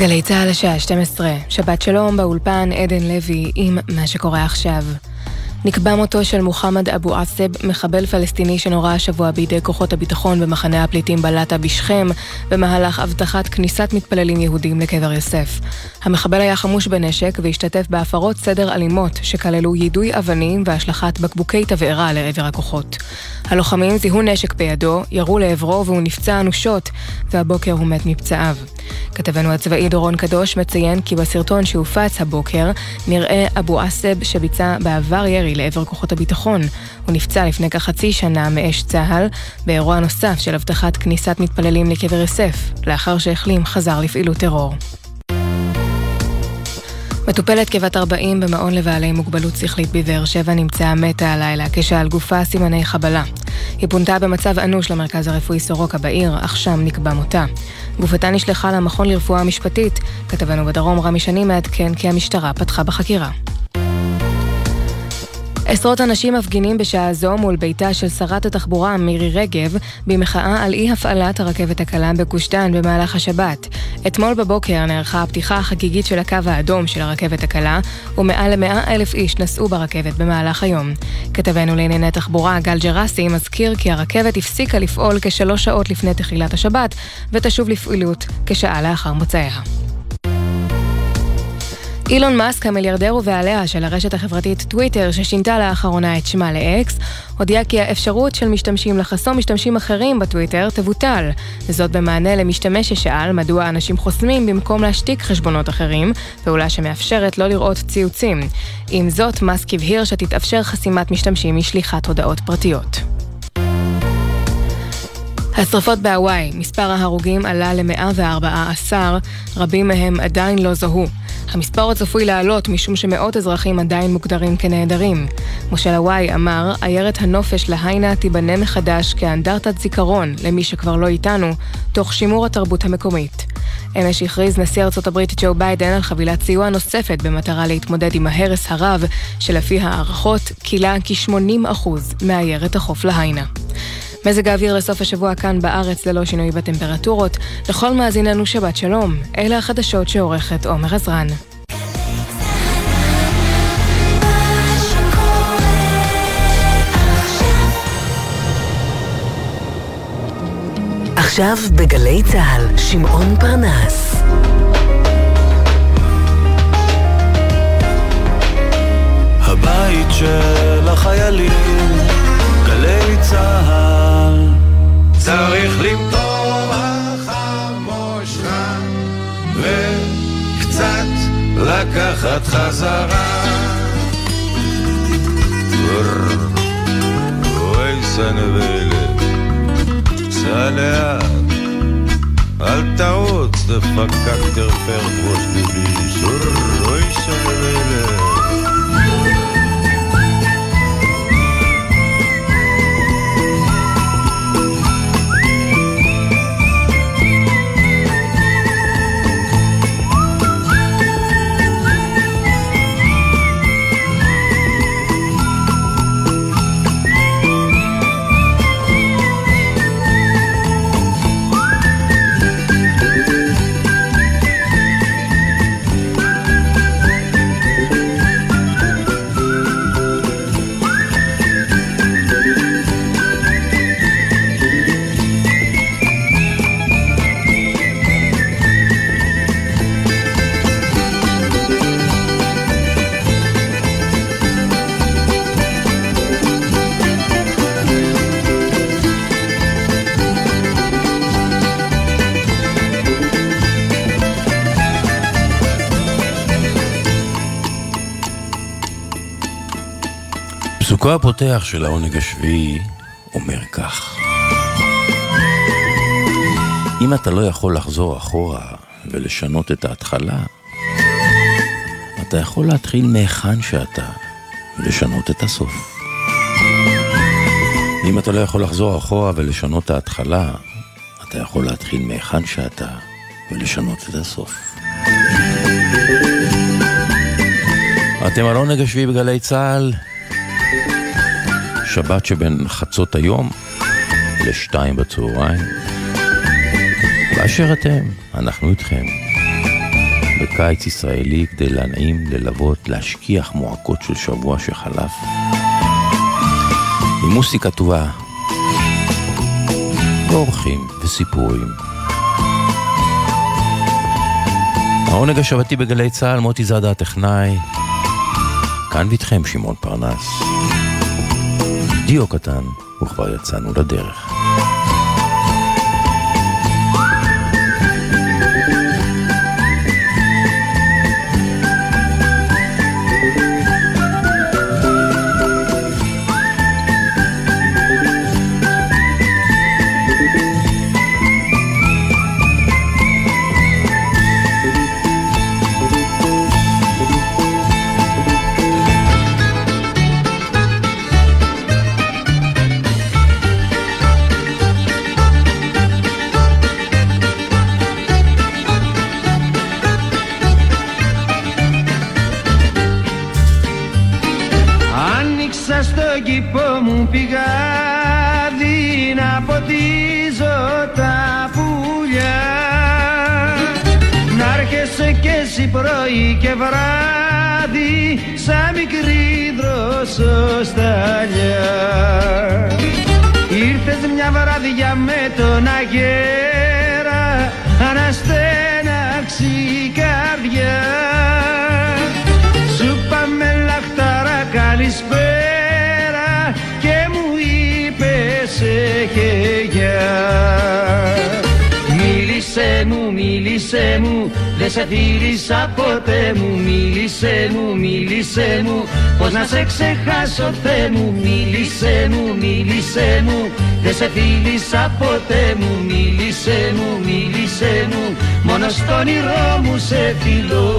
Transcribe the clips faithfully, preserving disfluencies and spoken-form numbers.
גלי צהל השעה שתים עשרה, שבת שלום באולפן עדן לוי עם מה שקורה עכשיו. נקבע מותו של מוחמד אבו עסב, מחבל פלסטיני שנורא השבוע בידי כוחות הביטחון במחנה הפליטים בלטה בשכם, במהלך הבטחת כניסת מתפללים יהודים לקבר יוסף. המחבל היה חמוש בנשק והשתתף בהפרות סדר אלימות שכללו יידוי אבנים והשלכת בקבוקי תבערה לעבר הכוחות. הלוחמים זיהו נשק בידו, ירו לעברו והוא נפצע אנושות, והבוקר הוא מת מפצעיו. כתבנו הצבאי דורון קדוש מציין כי בסרטון שהופץ הבוקר נראה אבו עסב שביצע בעבר ירי לעבר כוחות הביטחון. הוא נפצע לפני כחצי שנה מאש צהל באירוע נוסף של הבטחת כניסת מתפללים לקבר יוסף. לאחר שהחלים חזר לפעילות טרור. מטופלת כבת ארבעים במעון לבעלי מוגבלות שכלית בבאר שבע נמצאה מתה הלילה כשעל גופה סימני חבלה. היא פונתה במצב אנוש למרכז הרפואי סורוקה בעיר, אך שם נקבע מותה. גופתה נשלחה למכון לרפואה משפטית. כתבנו בדרום רמי שני מעדכן כי המשטרה פתחה בחקירה. עשרות אנשים מפגינים בשעה זו מול ביתה של שרת התחבורה מירי רגב במחאה על אי הפעלת הרכבת הקלה בגוש דן במהלך השבת. אתמול בבוקר נערכה הפתיחה החגיגית של הקו האדום של הרכבת הקלה, ומעל למאה אלף איש נסעו ברכבת במהלך היום. כתבנו לענייני תחבורה גל ג'רסי מזכיר כי הרכבת הפסיקה לפעול כשלוש שעות לפני תחילת השבת ותשוב לפעילות כשעה לאחר מוצאיה. אילון מאסק, המיליארדר ובעליה של הרשת החברתית טוויטר, ששינתה לאחרונה את שמה לאקס, הודיע כי האפשרות של משתמשים לחסום משתמשים אחרים בטוויטר תבוטל, וזאת במענה למשתמש ששאל מדוע אנשים חוסמים במקום להשתיק חשבונות אחרים, פעולה שמאפשרת לא לראות ציוצים. עם זאת, מאסק הבהיר שתתאפשר חסימת משתמשים משליחת הודעות פרטיות. השרפות בהוואי, מספר ההרוגים עלה ל-מאה וארבע עשרה, רבים מהם עדיין לא זוהו. המספר צפוי לעלות משום שמאות אזרחים עדיין מוגדרים כנעדרים. מושל הוואי אמר, עיירת הנופש להיינה תיבנה מחדש כאנדרטת זיכרון למי שכבר לא איתנו, תוך שימור התרבות המקומית. אמש הכריז נשיא ארצות הברית ג'ו ביידן על חבילת סיוע נוספת במטרה להתמודד עם ההרס הרב, שלפי הערכות קילה כ-שמונים אחוז מעיירת החוף להיינה. מזג האוויר לסוף השבוע כאן בארץ ללא שינוי בטמפרטורות. לכל מאזיננו שבת שלום. אלה החדשות שעורכת עומר עזרן. עכשיו בגלי צהל, שמעון פרנס. הבית של החיילים, גלי צהל. צריך למטור החמושך וקצת לקחת חזרה. אוי סנבלת, סע לאט, אל תעוץ דפקק תרפר כבוש בבלי. אוי סנבלת, פסוקו הפותח של העונג השביעי אומר כך: אם אתה לא יכול לחזור אחורה ולשנות את ההתחלה, אתה יכול להתחיל מהיכן שאתה ולשנות את הסוף. אם אתה לא יכול לחזור אחורה ולשנות את ההתחלה, אתה יכול להתחיל מהיכן שאתה ולשנות את הסוף. אתם על עונג השביעי בגלי צהל, שבת שבין חצות היום לשתיים בצהריים. באשר אתם, אנחנו איתכם. קיץ ישראלי כדי להנעים, ללוות, להשכיח מועקות של שבוע שחלף. עם מוסיקה טובה, ואורחים וסיפורים. העונג השבתי בגלי צהל, מוטי זאדה הטכנאי. כאן ואיתכם שמעון פרנס. דיו קטן, וכבר יצאנו לדרך. Πηγάδι να ποτίζω τα πουλιά, να έρχεσαι κι εσύ πρωί και βράδυ σαν μικρή δροσοσταλιά. Ήρθες μια βράδια με τον αγέρα, αναστέναξη η καρδιά. Σου πάμε λαχτάρα καλησπέρα και μου είπες χεγιά. Μίλησέ μου, μίλησέ μου, δεν σε φίλησα ποτέ μου. Μίλησέ μου, μίλησέ μου, πως να σε ξεχάσω Θεέ μου. Μίλησέ μου, μίλησέ μου, δεν σε φίλησα ποτέ μου. Μίλησέ μου, μίλησέ μου, μόνο στον όνειρό μου σε φιλώ.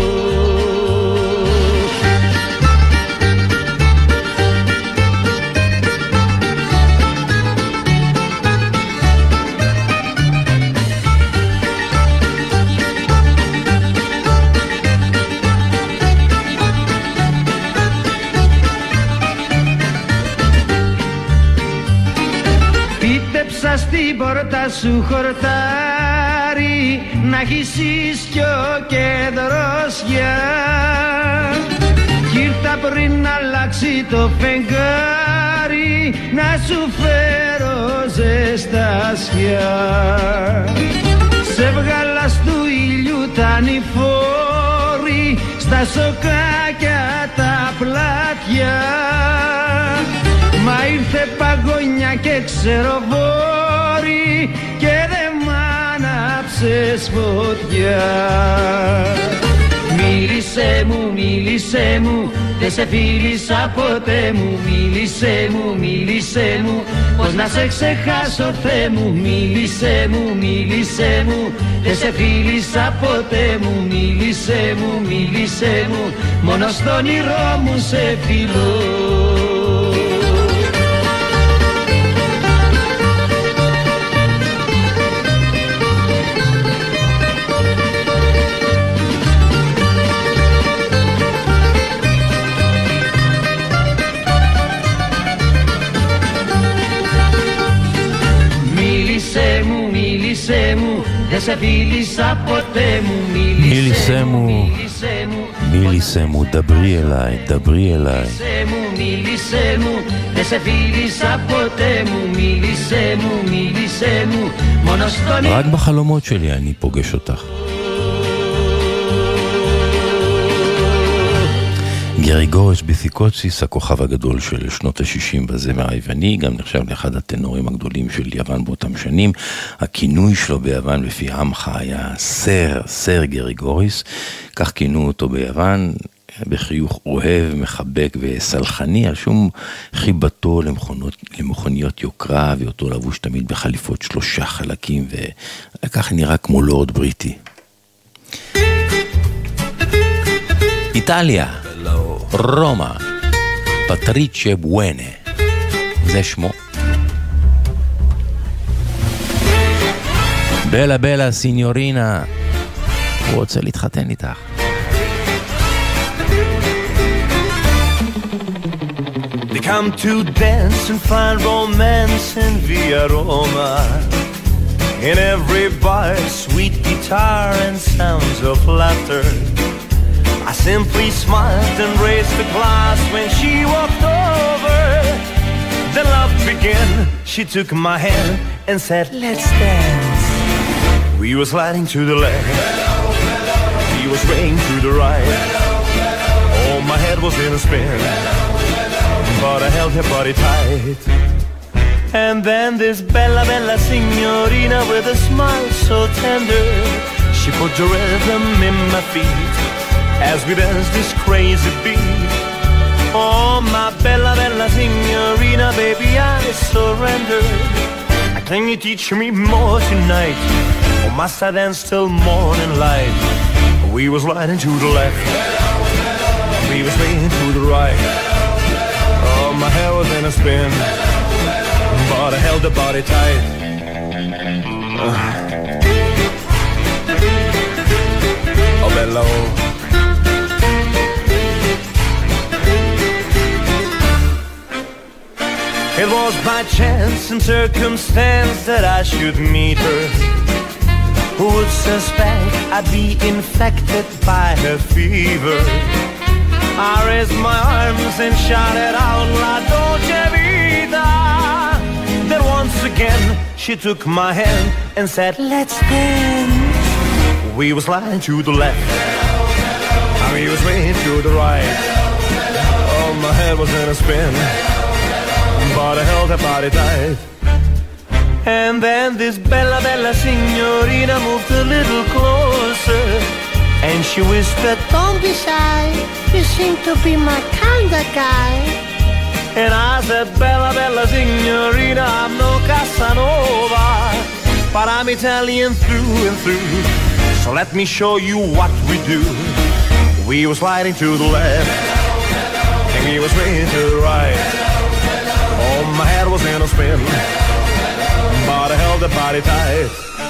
Στην πόρτα σου χορτάρι να έχεις ίσιο και δροσιά, κι ήρθα πριν αλλάξει το φεγγάρι να σου φέρω ζεστασιά. Σε βγάλα στου ήλιου τα νηφόροι, στα σοκάκια τα πλάτια, μα ήρθε παγωνιά και ξεροβόρη και δε μ' άναψες φωτιά. Μίλησέ μου, μίλησέ μου, δεν σε φίλησα ποτέ μου. Μίλησέ μου, μίλησέ μου, πως να σε ξεχάσω Θεέ μου. Μίλησέ μου, μίλησέ μου, δεν σε φίλησα ποτέ μου. Μίλησέ μου, μίλησέ μου, μόνο στον όνειρό μου σε φιλώ. Δεν σε φίλησα ποτέ μου. מילסה מו, מילסה מו, דברי אליי, דברי אליי. מילסה מו, δεν σε φίλησα ποτέ μου. מילסה מו, מילסה מו, μόνο στον... רק בחלומות שלי אני פוגש אותך. גריגוריס בית'יקוציס, הכוכב הגדול של שנות ה-שישים בזמר היווני, גם נחשב לאחד הטנורים הגדולים של יוון באותם שנים. הכינוי שלו ביוון לפי עמך היה סר, סר גריגוריס, כך כינו אותו ביוון, בחיוך אוהב, מחבק וסלחני, על שום חיבתו למכונות, למכוניות יוקרה, ואותו לבוש תמיד בחליפות שלושה חלקים, וכך נראה כמו לורד בריטי. איטליה, רומא, פטריצ'ה בואנה, זה שמו. בלה בלה סיניורינה, הוא רוצה להתחתן איתך. They come to dance and find romance in Via Roma. In every bar, sweet guitar and sounds of laughter. I simply smiled and raised the glass when she walked over. Then love began. She took my hand and said, let's dance. We were sliding to the left, he was swaying to the right. Oh, my head was in a spin, but I held her body tight. And then this bella, bella signorina with a smile so tender, she put the rhythm in my feet as we danced this crazy beat. Oh, my bella, bella signorina, baby, I surrender. Can you teach me more tonight, or must I dance till morning light? We was sliding to the left, we was swaying to the right. Oh, my hair was in a spin, but I held the body tight. uh. Oh, bello. It was by chance and circumstance that I should meet her. Who would suspect I'd be infected by her fever? I raised my arms and shouted out, La Dolce Vita. Then once again she took my hand and said, let's dance. We were sliding to the left, and we was swaying to the right. Oh, my head was in a spin, but I held her body tight. And then this bella, bella signorina moved a little closer, and she whispered, don't be shy, you seem to be my kind of guy. And I said, bella, bella signorina, I'm no Casanova, but I'm Italian through and through. So let me show you what we do. We were sliding to the left, and we were swaying to the right. Oh, my head was in a spin, but I held the body tight.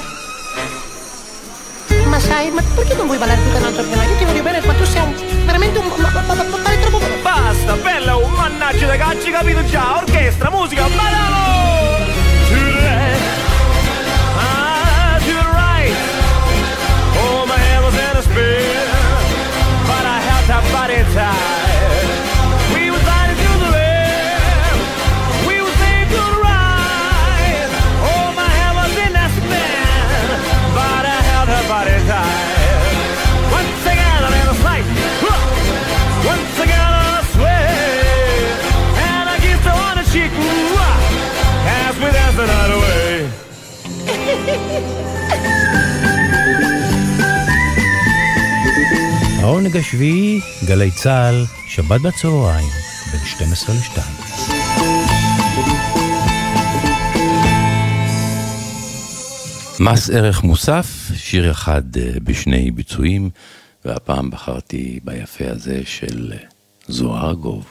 Ma sai, ma perché non vuoi ballare tutta un'altra prima? Io ti voglio bene, ma tu sei un, veramente un... ma, ma, ma, ma, ma, troppo... Basta, bella, un mannaggia da cacci, capito già? Orchestra, musica, ballalo! To the left, ah, to the right. Oh, my head was in a spin, but I held that body tight. We were sliding to the left, we were staying to the right. Oh, my head was in a spin, but I held her body tight. Once again, I'm in a slide. Once again, on a sway, and I kissed her on the cheek, as we danced the night away. העונג השביעי, גלי צהל, שבת בצהריים, בין שתים עשרה לשתיים. מס ערך מוסף, שיר אחד בשני ביצועים, והפעם בחרתי ביפה הזה של זוהר ארגוב.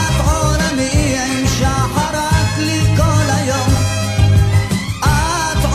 את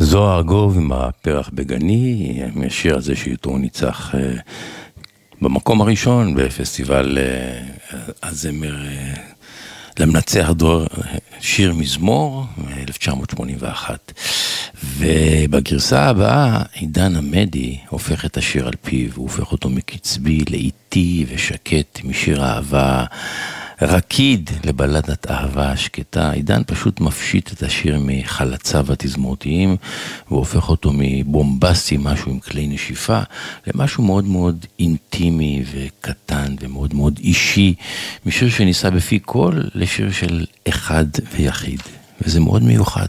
זוהר ארגוב עם הפרח בגני, מהשיר הזה שאיתו הוא ניצח במקום הראשון בפסטיבל הזמר למנצח דור שיר מזמור מ-אלף תשע מאות שמונים ואחת. ובגרסה הבאה עידן עמדי הופך את השיר על פיו, הוא הופך אותו מקצבי לאיטי ושקט, משיר אהבה רקיד לבלדת אהבה שקטה. עידן פשוט מפשיט את השיר מחלציו התזמורתיים והופך אותו מבומבסטי, משהו עם כלי נשיפה, למשהו מאוד מאוד אינטימי וקטן ומאוד מאוד אישי, משיר שניסה בפי קול לשיר של אחד ויחיד, וזה מאוד מיוחד.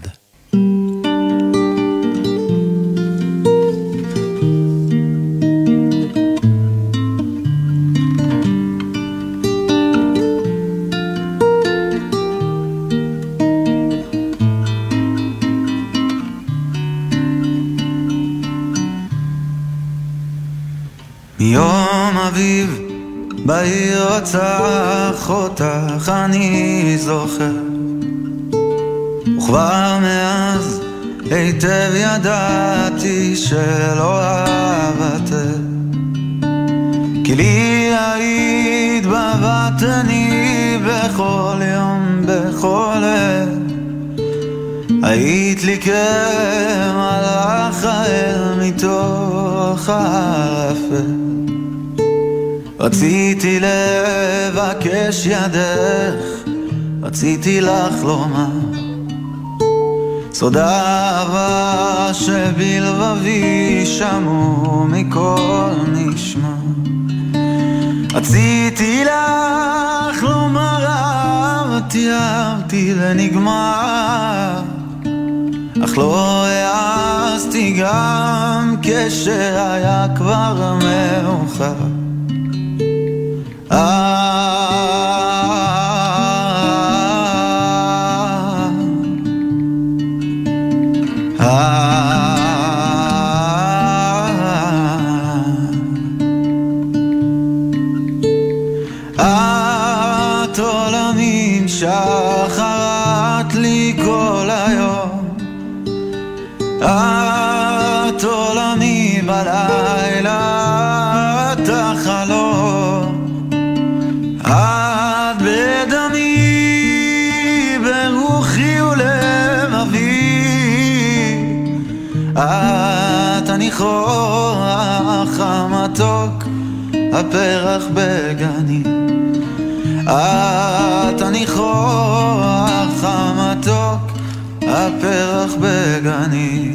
יום אביב בעיר רצח אותך אני זוכר, וכבר מאז היטב ידעתי שלא אהבתך, כי לי היית בבטני בכל יום בכל עת, היית לי כמלאך האל מתוך האפל, רציתי לבקש ידך, רציתי לך לומר סוד אהבה שבלבבי שמעו מכל נשמע, רציתי לך לומר אהבתי אהבתי ונגמר, אך לא העזתי גם כשהיה כבר מאוחר. את עולמים שחרת לי כל היום, את עולמי בלילה, את החלום, את בדמי ברוחי ולבבי, את הניחוח המתוק הפרח בגני, את הניחוח המתוק הפרח בגני.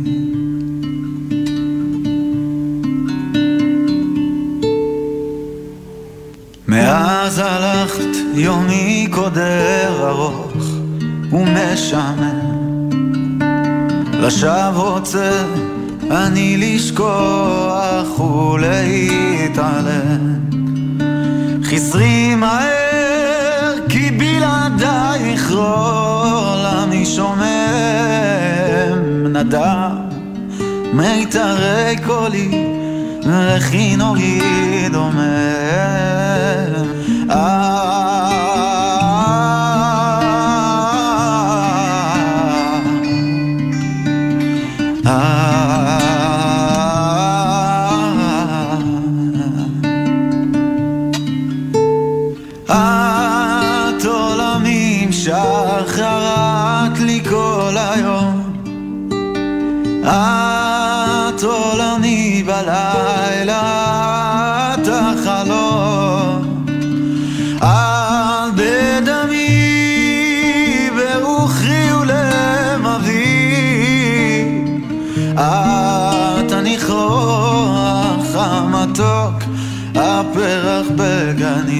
מאז הלכת יומי קודר ארוך ומשעמם, לשווא רוצה אני לשכוח ולהתעלם, חזרי מהר כי בלעדייך רול אני שומם, נדם מיתרי קולי וכינורי דומם, את עולמים שחרת לי כל היום, את עולמי בלילה, את החלום, את בדמי ברוחי ולבבי, את הניחוח המתוק הפרח בגני,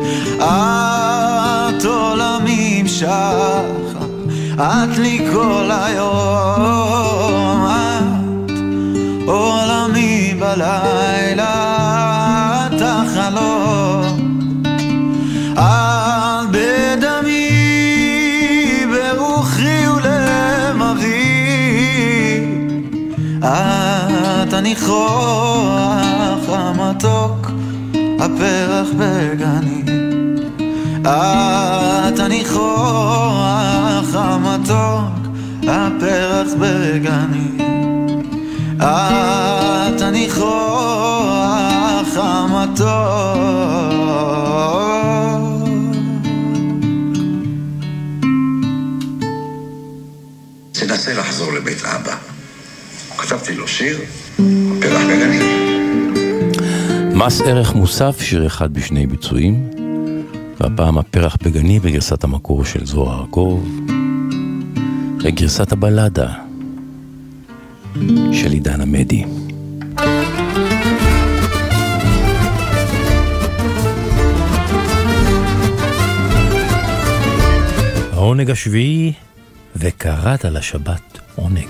את עולמים שחר, את לי כל היום, את עולמי בלילה, את החלום, את בדמי ברוחי ולבבי, את הניחוח המתוק הפרח בגני, את הניחוח המתוק הפרח בגני, את הניחוח המתוק. תנסה לחזור לבית אבא. כתבתי לו שיר, הפרח בגני. מס ערך מוסף, שיר אחד בשני ביצועים, והפעם הפרח בגני בגרסת המקור של זוהר ארגוב, וגרסת הבלדה של עידן עמדי. העונג השביעי, וקראת לשבת עונג.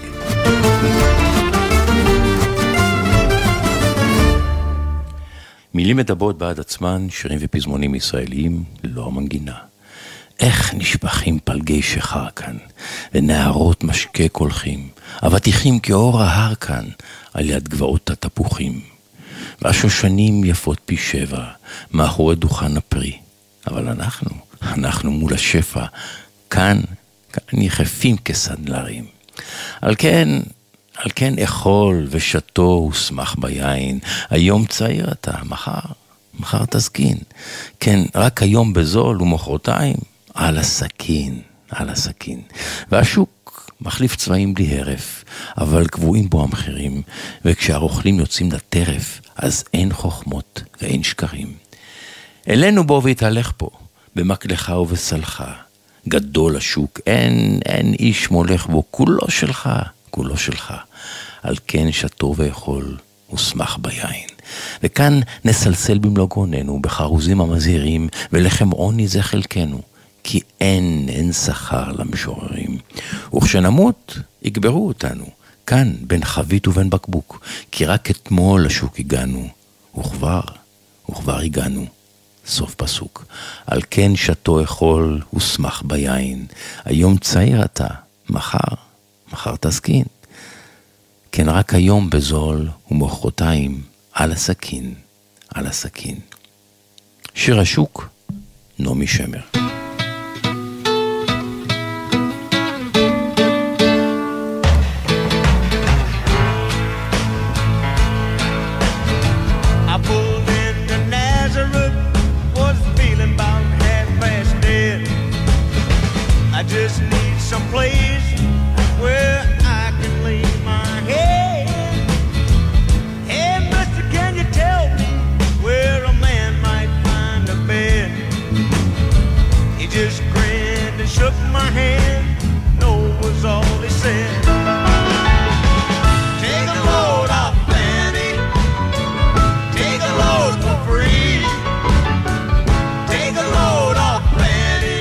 מילים מדברות בעד עצמן, שירים ופזמונים ישראליים, לא המנגינה. איך נשפכים פלגי שחר כאן, ונערות משקה קולחים, אבטיחים כאור ההר כאן, על יד גבעות התפוחים. והשושנים יפות פי שבע, מאחורי דוכן הפרי. אבל אנחנו, אנחנו מול השפע, כאן, כאן יחפים כסנדלרים. על כן, על כן אכול ושתו ושמח ביין, היום צעיר אתה, מחר, מחר תזקין. כן, רק היום בזול ומחרתיים, על הסכין, על הסכין. והשוק מחליף צבעים בלי הרף, אבל קבועים בו המחירים, וכשהרוכלים יוצאים לטרף, אז אין חוכמות ואין שקרים. אלינו בוא והתהלך פה, במקלך ובסלחה. גדול השוק, אין, אין איש מולך בו, כולו שלך, כולו שלך. על כן שתו ואכול ושמח ביין. וכאן נסלסל במלוא גרוננו, בחרוזים המזהירים, ולחם עוני זה חלקנו. כי אין, אין שכר למשוררים. וכשנמות, יגברו אותנו. כאן, בין חבית ובין בקבוק. כי רק אתמול לשוק הגענו. וכבר, וכבר הגענו. סוף פסוק. על כן שתו אכול ושמח ביין. היום צעיר אתה, מחר, מחר תזקין. כן רק היום בזול ומחרתיים על הסכין, על הסכין. שיר השוק, נעמי שמר. Just need some place where I can lay my head. Hey, mister, can you tell me where a man might find a bed? He just grinned and shook my hand. No was all he said. Take a load off Fanny. Take a load for free. Take a load off Fanny.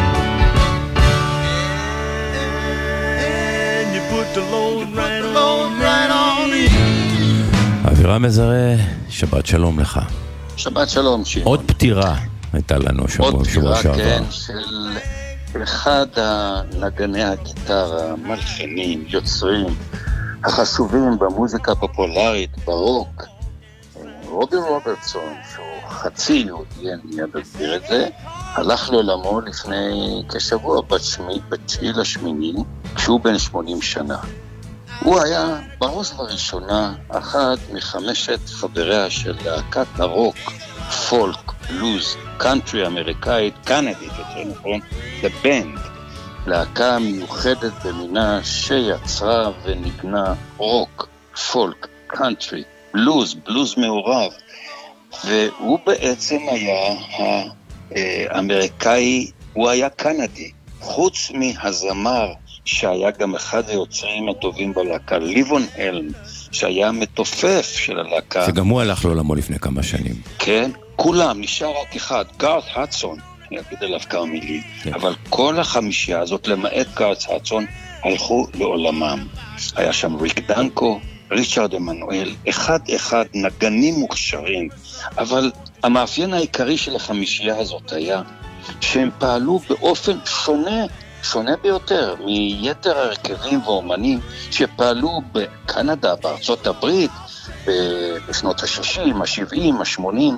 The load right on, right on me. אווירה מזרה, שבת שלום לך. שבת שלום, שיר. עוד פטירה הייתה לנו שבוע, עוד שבוע פטירה, שעבר. כן, של אחד הנגני הגיטרה, מלחינים, יוצרים, החשובים במוזיקה הפופולרית, ברוק. רובי רוברטסון, שהוא חצי יהודי, אני מיד אסביר את זה, הלך לעולמו לפני כשבוע, בתשיעי לשמיני, כשהוא בן שמונים שנה. הוא היה בראש ובראשונה אחד מחמשת חבריה של להקת הרוק, פולק, בלוז, קאנטרי אמריקאית, קנדית, יותר נכון, The Band, להקה מיוחדת במינה שיצרה ונגנה רוק, פולק, קאנטרי, בלוז, בלוז מעורב, והוא בעצם היה האמריקאי, הוא היה קנדי, חוץ מהזמר שהיה גם אחד היוצרים הטובים בלהקה, ליבון הלם, שהיה מתופף של הלהקה. שגם הוא הלך לעולמו לפני כמה שנים. כן, כולם, נשאר רק אחד, גארת הדסון, אני אגיד עליו כמה מילים, כן. אבל כל החמישייה הזאת, למעט גארת הדסון, הלכו לעולמם. היה שם ריק דנקו, ריצ'רד אמנואל, אחד אחד נגנים מוכשרים, אבל המאפיין העיקרי של החמישייה הזאת היה שהם פעלו באופן שונה, שונה ביותר מיתר הרכבים ואומנים שפעלו בקנדה, בארצות הברית, בשנות ה-שישים, ה-שבעים, ה-שמונים.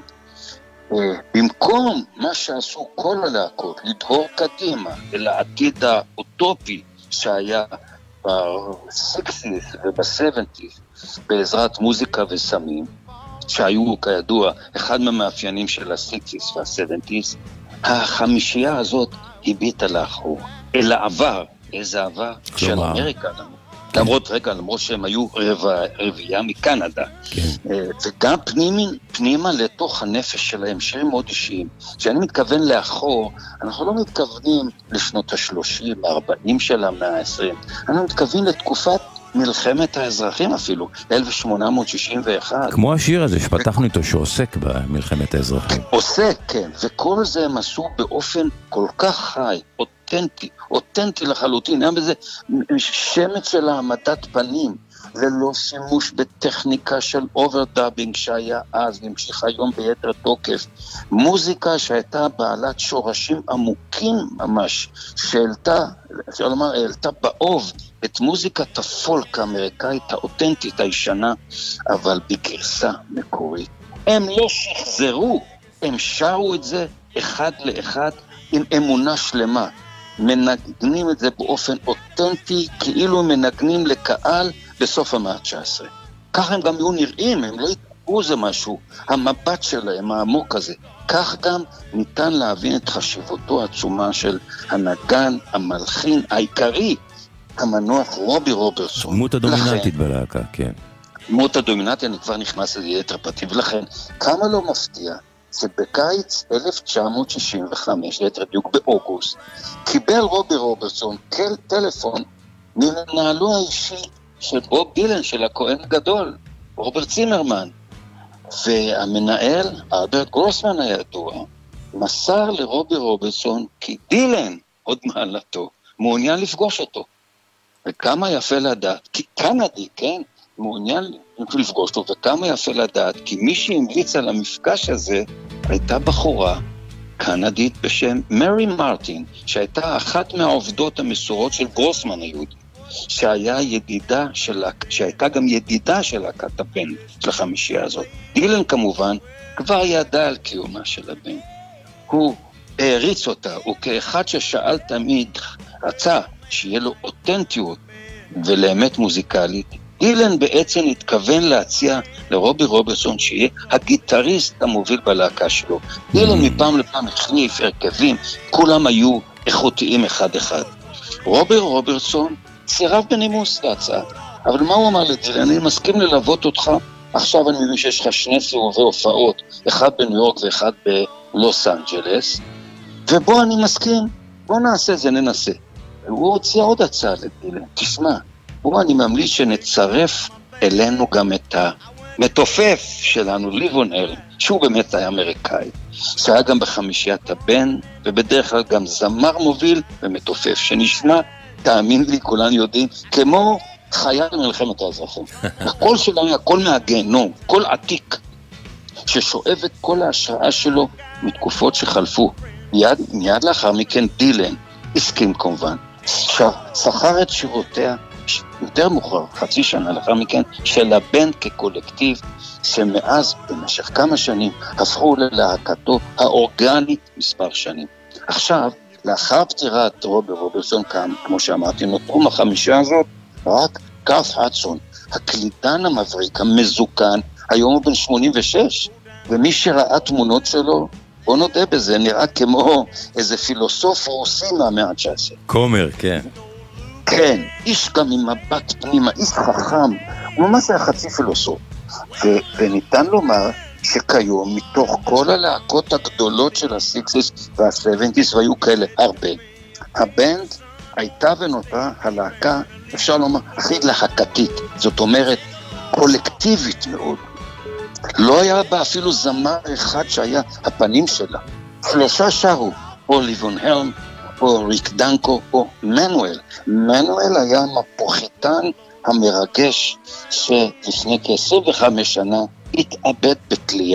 במקום מה שעשו כל הלהקות, לדהור קדימה אל העתיד האוטופי שהיה ב-סיקסטיז וב-סבנטיז בעזרת מוזיקה וסמים, שהיו כידוע אחד מהמאפיינים של ה-סיקסטיז וה-סבנטיז, החמישייה הזאת הביטה לאחור, אל העבר, איזה עבר של אמריקה. למרות, רגע, למרות שהם היו רביעייה מקנדה. וגם פנימה לתוך הנפש שלהם, שירים מאוד אישיים. כשאני מתכוון לאחור, אנחנו לא מתכוונים לשנות ה-שלושים, ה-ארבעים של המאה ה-עשרים. אנחנו מתכוונים לתקופת מלחמת האזרחים אפילו, אלף שמונה מאות שישים ואחת. כמו השיר הזה שפתחנו איתו שעוסק במלחמת האזרחים. עוסק, כן. וכל זה הם עשו באופן כל כך חי, אותנטי, אותנטי לחלוטין. היה בזה שמץ של העמדת פנים, ללא שימוש בטכניקה של אוברדאבינג שהיה אז, נמשיך היום ביתר תוקף. מוזיקה שהייתה בעלת שורשים עמוקים ממש, שהעלתה, אפשר לומר, העלתה באוב את מוזיקת הפולק האמריקאית האותנטית הישנה, אבל בגרסה מקורית. הם לא שחזרו, הם שרו את זה אחד לאחד עם אמונה שלמה. מנגנים את זה באופן אותנטי, כאילו מנגנים לקהל בסוף המאה ה-תשע עשרה. כך הם גם היו נראים, הם לא יתקעו זה משהו, המבט שלהם, העמוק הזה. כך גם ניתן להבין את חשיבותו העצומה של הנגן, המלחין, העיקרי, המנוח רובי רוברטסון. דמות הדומיננטית בלהקה, כן. דמות הדומיננטית, אני כבר נכנס לזה יתר פרטי, ולכן, כמה לא מפתיע, שבקיץ אלף תשע מאות שישים וחמש, ליתר דיוק באוגוסט, קיבל רובי רוברטסון כל טלפון ממנהלו האישי של בוב דילן, של הכהן הגדול, רוברט צימרמן. והמנהל, אלברט גרוסמן הידוע, מסר לרובי רוברטסון כי דילן, עוד מעלתו, מעוניין לפגוש אותו. וכמה יפה לדעת, כי קנדי, כן, מעוניין לפגוש אותו, וכמה יפה לדעת, כי מי שהמליץ על המפגש הזה, הייתה בחורה קנדית בשם מרי מרטין, שהייתה אחת מהעובדות המסורות של גרוסמן היהודי, שהיה ידידה של, שהייתה גם ידידה של להקת הבן, של החמישייה הזאת. דילן כמובן כבר ידע על קיומה של הבן. הוא העריץ אותה, הוא כאחד ששאל תמיד, רצה שיהיה לו אותנטיות ולאמת מוזיקלית. דילן בעצם התכוון להציע לרובי רוברטסון שיהיה הגיטריסט המוביל בלהקה שלו. דילן מפעם לפעם החליף הרכבים, כולם היו איכותיים אחד אחד. רובי רוברטסון סירב בנימוס להצעה, אבל מה הוא אמר לדילן? אני מסכים ללוות אותך, עכשיו אני מבין שיש לך שני סיבובי הופעות, אחד בניו יורק ואחד בלוס אנג'לס, ובוא אני מסכים, בוא נעשה זה, ננסה. הוא הציע עוד הצעה לדילן, תשמע, בוא אני ממליץ שנצרף אלינו גם את המתופף שלנו, ליבון הרם, שהוא באמת היה אמריקאי, שהיה גם בחמישיית הבן, ובדרך כלל גם זמר מוביל ומתופף, שנשמע, תאמין לי, כולנו יודעים, כמו חייל מלחמת האזרחים. הכל שלנו, הכל מהגיהנום, כל עתיק, ששואב את כל ההשראה שלו מתקופות שחלפו. מיד, מיד לאחר מכן דילן הסכים כמובן. עכשיו, שכר את שירותיה יותר מאוחר, חצי שנה לאחר מכן, של הבנד כקולקטיב, שמאז במשך כמה שנים הפכו ללהקתו האורגנית מספר שנים. עכשיו, לאחר פטירת רובי רוברטסון, כמו שאמרתי, נותרו החמישה הזאת, רק גארת הדסון, הקלידן המבריק, המזוקן, היום הוא בן שמונים ושש, ומי שראה תמונות שלו, בוא נודה בזה, נראה כמו איזה פילוסוף רוסי מהמאה ה-תשע עשרה. כומר, כן. כן, איש גם עם מבט פנימה, איש חכם, הוא ממש היה חצי פילוסוף. ו- וניתן לומר שכיום, מתוך כל הלהקות הגדולות של ה-סיקסטיז וה-סבנטיז, והיו כאלה הרבה, הבנד הייתה ונותרה הלהקה, אפשר לומר, הכי להקתית, זאת אומרת, קולקטיבית מאוד. לא היה בה אפילו זמר אחד שהיה הפנים שלה. שלושה שרו, או ליבון הרם, או ריק דנקו, או מנואל. מנואל היה מפוחיתן המרגש שלפני כ-עשרים וחמש שנה התאבד בתלייה.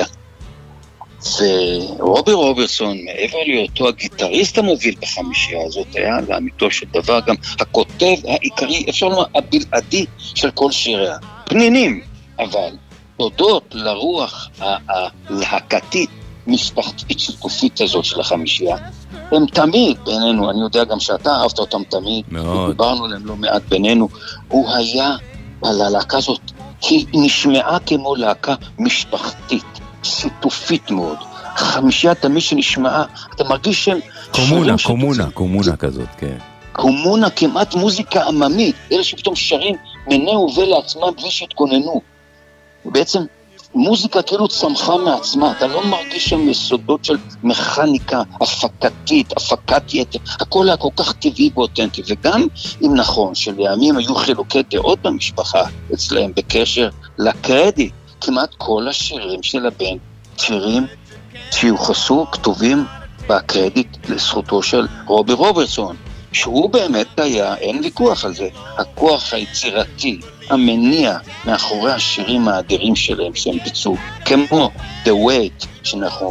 ורובי רוברטסון, מעבר להיותו הגיטריסט המוביל בחמישייה הזאת, היה לאמיתו של דבר גם הכותב העיקרי, אפשר לומר, הבלעדי של כל שיריה. פנינים, אבל תודות לרוח הלהקתית המשפחתית שיתופית הזאת של החמישייה. הם תמיד בינינו, אני יודע גם שאתה אהבת אותם תמיד, מאוד. דיברנו עליהם לא מעט בינינו, הוא היה על הלהקה הזאת, היא נשמעה כמו להקה משפחתית, שיתופית מאוד. חמישייה תמיד שנשמעה, אתה מרגיש שהם... קומונה, קומונה, קומונה כזאת, כן. קומונה כמעט מוזיקה עממית, אלה שפתאום שרים מיני ובל לעצמם בלי שהתכוננו. ובעצם מוזיקה כאילו צמחה מעצמה, אתה לא מרגיש שם יסודות של מכניקה, הפקתית, הפקת יתר, הכל היה כל כך טבעי ואותנטי, וגם אם נכון שלימים היו חילוקי דעות במשפחה אצלהם בקשר לקרדיט, כמעט כל השירים של הבן, שירים שיוחסו כתובים בקרדיט לזכותו של רובי רוברטסון, שהוא באמת היה, אין ויכוח על זה, הכוח היצירתי, המניע מאחורי השירים האדירים שלהם שהם ביצעו, כמו The Wait, שאנחנו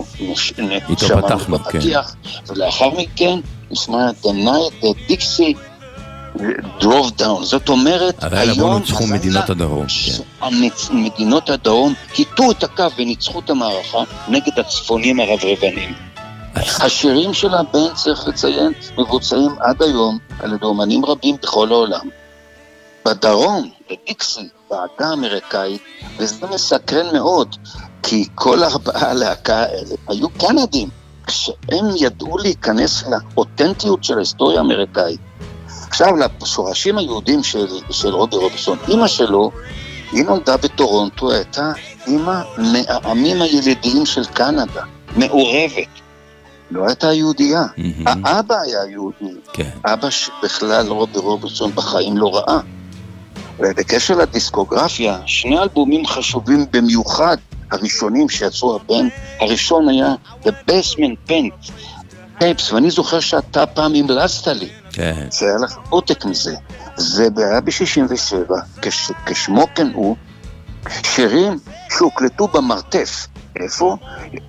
שמענו בפתיח, ולאחר מכן נשמע The Night that Dixie Drove Down. זאת אומרת, היום ניצחו מדינות הדרום. מדינות הדרום היטו את הקו וניצחו את המערכה נגד הצפונים הרברבנים. השירים של הבן, צריך לציין, מבוצעים עד היום על ידי אומנים רבים בכל העולם. בדרום, בדיקסי, בעדה האמריקאית, וזה מסקרן מאוד, כי כל ארבעה הלהקה האלה היו קנדים, כשהם ידעו להיכנס לאותנטיות של ההיסטוריה האמריקאית. עכשיו, לשורשים היהודים של, של רובי רוברטסון, אמא שלו, היא נולדה בטורונטו, הייתה אמא מהעמים הילידיים של קנדה, מעורבת. לא הייתה יהודייה, mm-hmm. האבא היה יהודי, כן. אבא בכלל רובי רוברטסון בחיים לא ראה. ובקשר לדיסקוגרפיה, שני אלבומים חשובים במיוחד, הראשונים שיצאו הבן, הראשון היה The Basement Paint Tapes, ואני זוכר שאתה פעם המלצת לי, כן. זה היה לך עותק מזה, זה היה ב-שישים ושבע, כש, כשמו כן הוא, שירים שהוקלטו במרתף, איפה?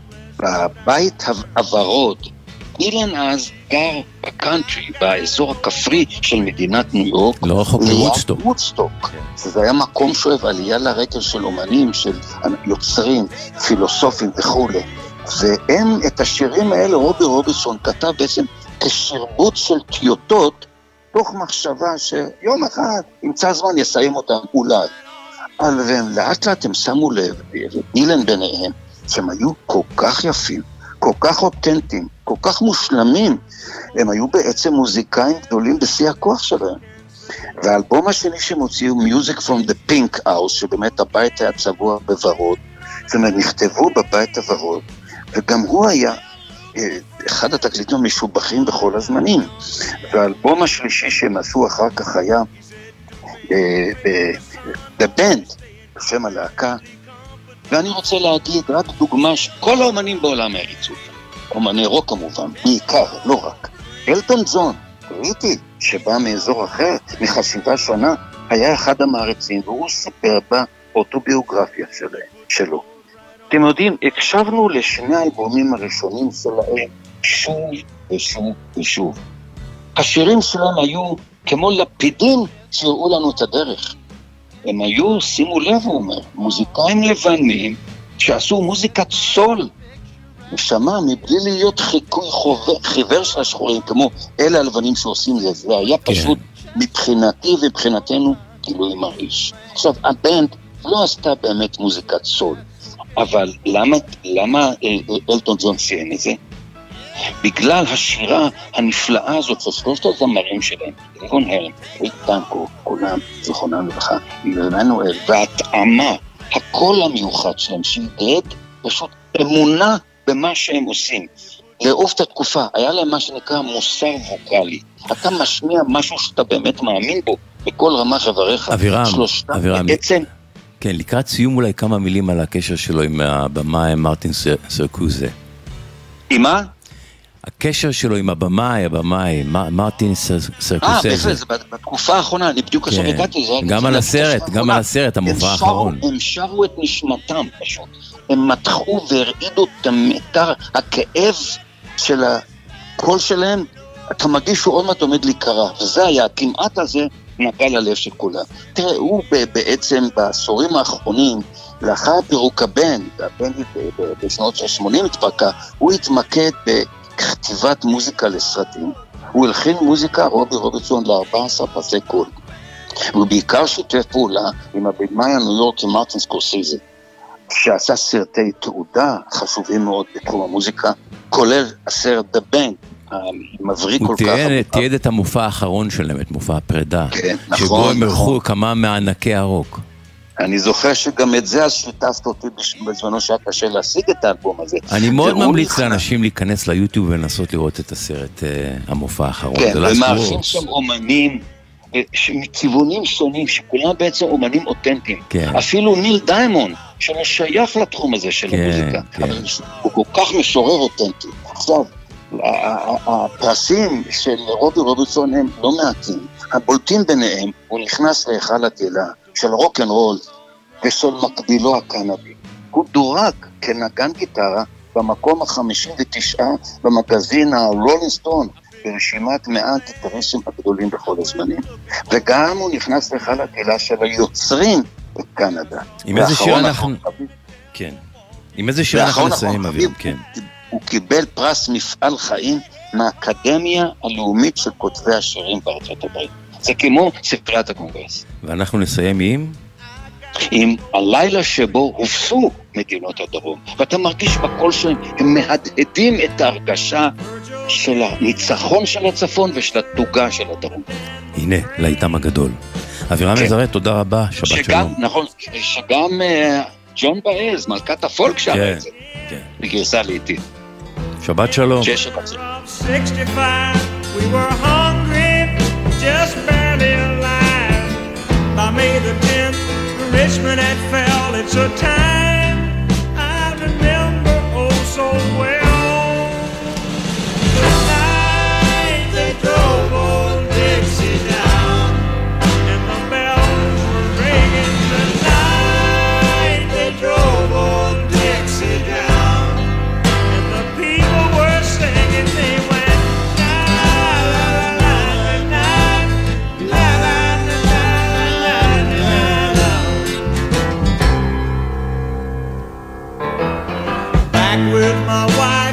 בבית הוורוד. אילן אז גר בקאנטרי, באזור הכפרי של מדינת ניו יורק, לא רחוק מוודסטוק. וודסטוק. זה היה מקום שואב עלייה לרגל של אומנים, של יוצרים, פילוסופים וכו'. והם את השירים האלה, רובי רוברטסון כתב בעצם כשרבוט של טיוטות, תוך מחשבה שיום אחד ימצא זמן יסיים אותם אולי. אבל לאט לאט הם שמו לב, אילן ביניהם, שהם היו כל כך יפים, כל כך אותנטיים, כל כך מושלמים, הם היו בעצם מוזיקאים גדולים בשיא הכוח שלהם. והאלבום השני שהם הוציאו, Music from the Pink House, שבאמת הבית היה צבוע בוורוד, והם נכתבו בבית הוורוד, וגם הוא היה אחד התקליטים המשובחים בכל הזמנים. והאלבום השלישי שהם עשו אחר כך היה The Band, בשם הלהקה, ואני רוצה להגיד רק דוגמה שכל האומנים בעולם הריצו, אומני רוק כמובן, בעיקר, לא רק. אלטון ג'ון, ראיתי, שבא מאזור אחר, מחשיבה שונה, היה אחד המעריצים, והוא סיפר באוטוביוגרפיה שלו. אתם יודעים, הקשבנו לשני האלבומים הראשונים שלהם, שוב ושוב ושוב. השירים שלהם היו כמו לפידים שהראו לנו את הדרך. הם היו, שימו לב, הוא אומר, מוזיקאים לבנים שעשו מוזיקת סול, ושמע, מבלי להיות חיקוי חיוור של השחורים, כמו אלה הלבנים שעושים זה, זה היה פשוט מבחינתי ובבחינתנו כאילו עם האיש. עכשיו, הבנד לא עשתה באמת מוזיקת סול, אבל למה, למה אלטון ג'ון ציין את זה? בגלל השירה הנפלאה הזאת של שלושת הזמרים שלהם, לירון הרם, ריק דנקו, כולם, זכרונם לברכה, עמנואל, וההתאמה, הקול המיוחד שלהם, שהתגרד פשוט אמונה במה שהם עושים. לאהוב את התקופה, היה להם מה שנקרא מוסר ווקלי. אתה משמיע משהו שאתה באמת מאמין בו, בכל רמה חבריך. אבירם, אבירם. בעצם... כן, לקראת סיום אולי כמה מילים על הקשר שלו עם הבמאי מרטין סרקוזה. עם מה? הקשר שלו עם הבמאי, הבמאי, מרטין סרקוזה. אה, בהחלט, זה בתקופה האחורונה, אני בדיוק עכשיו הגעתי. גם על הסרט, גם על הסרט, המופע האחרון. הם שרו את נשמתם פשוט. הם מתחו והרעידו את המטר, הכאב של הקול שלהם, אתה מרגיש שהוא עוד מעט עומד להיקרא, וזה היה, כמעט הזה נגע ללב של כולם. תראה, הוא בעצם בעשורים האחרונים לאחר פירוק הבן, הבן בשנות ה-שמונים התפרקה, הוא התמקד בכתיבת מוזיקה לסרטים, הוא הלחין מוזיקה רובי רובינסון ל-ארבעה עשר פסי קול. הוא בעיקר שיתף פעולה עם הבמאי הניו יורקי מרטין סקורסזה, שעשה סרטי תעודה חשובים מאוד בתחום המוזיקה, כולל הסרט The Band, המבריק כל כך. הוא תיעד את המופע האחרון שלהם, את מופע הפרידה, כן, נכון, שבו הם נכון. ערכו כמה מענקי הרוק. אני זוכר שגם את זה אז שיתפת אותי בזמנו שהיה קשה להשיג את האלבום הזה. אני מאוד ממליץ לך... לאנשים להיכנס ליוטיוב ולנסות לראות את הסרט, uh, המופע האחרון. כן, ומארחים שם אומנים, מכיוונים שונים, שכולם בעצם אומנים אותנטיים. כן. אפילו ניל דיימון, שלא שייך לתחום הזה של כן, המוזיקה, כן. אבל הוא כל כך משורר אותנטי. עכשיו, הפרסים של רובי רובינסון הם לא מעטים. הבולטים ביניהם, הוא נכנס להיכל התהילה של רוק אנד רול ושל מקבילו הקנדי. הוא דורג כנגן גיטרה במקום ה-חמישים ותשע במגזין הרולינג סטון, ברשימת מאה הגיטריסטים הגדולים בכל הזמנים. וגם הוא נכנס להיכל התהילה של היוצרים בקנדה. עם איזה שיר אנחנו... כן. עם איזה שיר אנחנו נסיים, אביב, כן. הוא קיבל פרס מפעל חיים מהאקדמיה הלאומית של כותבי השירים בארצות הברית. זה כמו ספריית הקונגרס. ואנחנו נסיים עם? עם הלילה שבו הופסו מדינות הדרום. ואתה מרגיש בכל שהם, הם מהדהדים את ההרגשה של הניצחון של הצפון ושל התוגה של הדרום. הנה, להיטם הגדול. אבירם כן. מזרט, תודה רבה, שבת שגם, שלום. נכון, שגם uh, ג'ון באז, מלכת הפולק שם כן, את זה. כן. בגרסה לעתיד. שבת שלום. שיש שבת שלום. sixty-five, we were hungry, just barely alive. By May the tenth, Richmond had fell. It's a time I remember oh so well. The night they drove old Dixie down, and the bells were ringing. The night they drove old Dixie down, and the people were singing. They went la la la la la la la la la la. Back with my wife.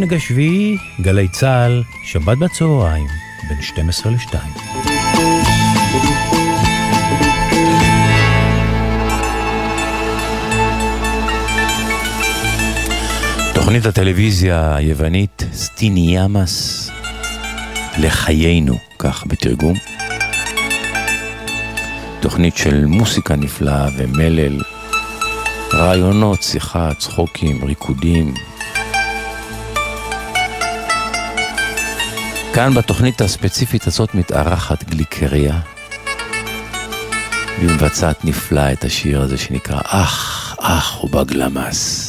העונג השביעי, גלי צהל, שבת בצהריים, בין שתים עשרה לשתיים. תוכנית הטלוויזיה היוונית סטיניאמס לחיינו, כך בתרגום. תוכנית של מוסיקה נפלאה ומלל, רעיונות, שיחה, צחוקים, ריקודים. כאן בתוכנית הספציפית הזאת מתארחת גליקריה, והיא מבצעת נפלא את השיר הזה שנקרא אח, אח ובגלמס.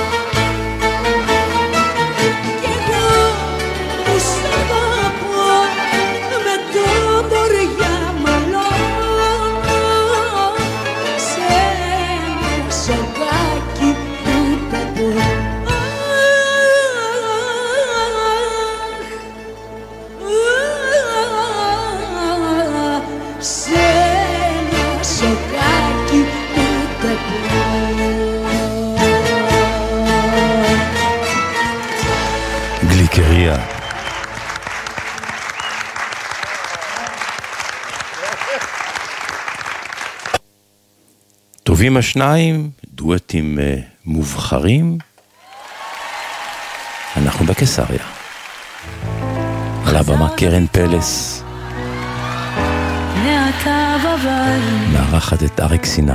Σ' αγαπώ הגיע. טובים השניים, דואטים uh, מובחרים. אנחנו בקיסריה. על הבמה קרן פלס. מארחת את אריק סיני.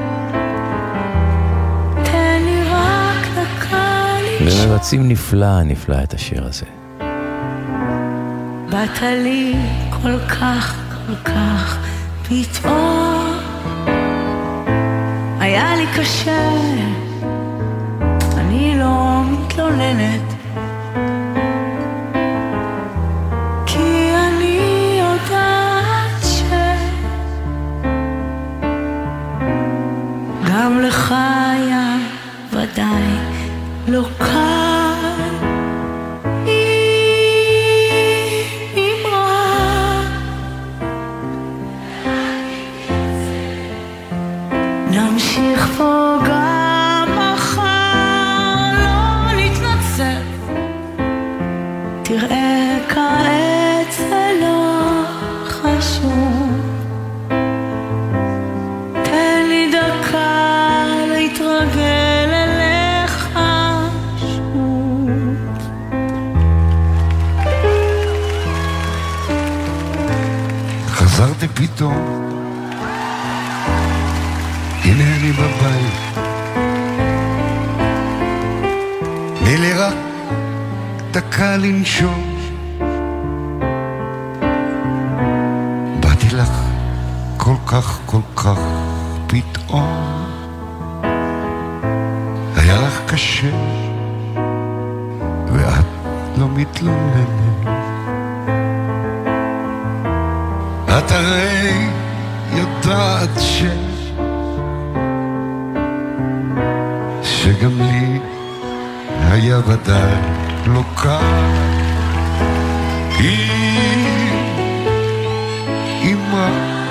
תן לי רק דקה לשאול. ומבצעים נפלא, נפלא את השיר הזה. באת לי כל כך, כל כך פתאום. היה לי קשה, אני לא מתלוננת, כי אני יודעת ש גם לך היה ודאי לא קל. אם רק נמשיך פה גם מחר, לא נתנצל, תראה כעת זה לא חשוב. תן לי דקה להתרגל אליך שוב. חזרתי פתאום, הנה אני בבית, תני לי רק דקה לנשום. באתי לך כל כך כל כך פתאום, היה לך קשה ואת לא מתלוננת. את הרי יודעת ש שגם לי היה ודאי לא קל. אמא,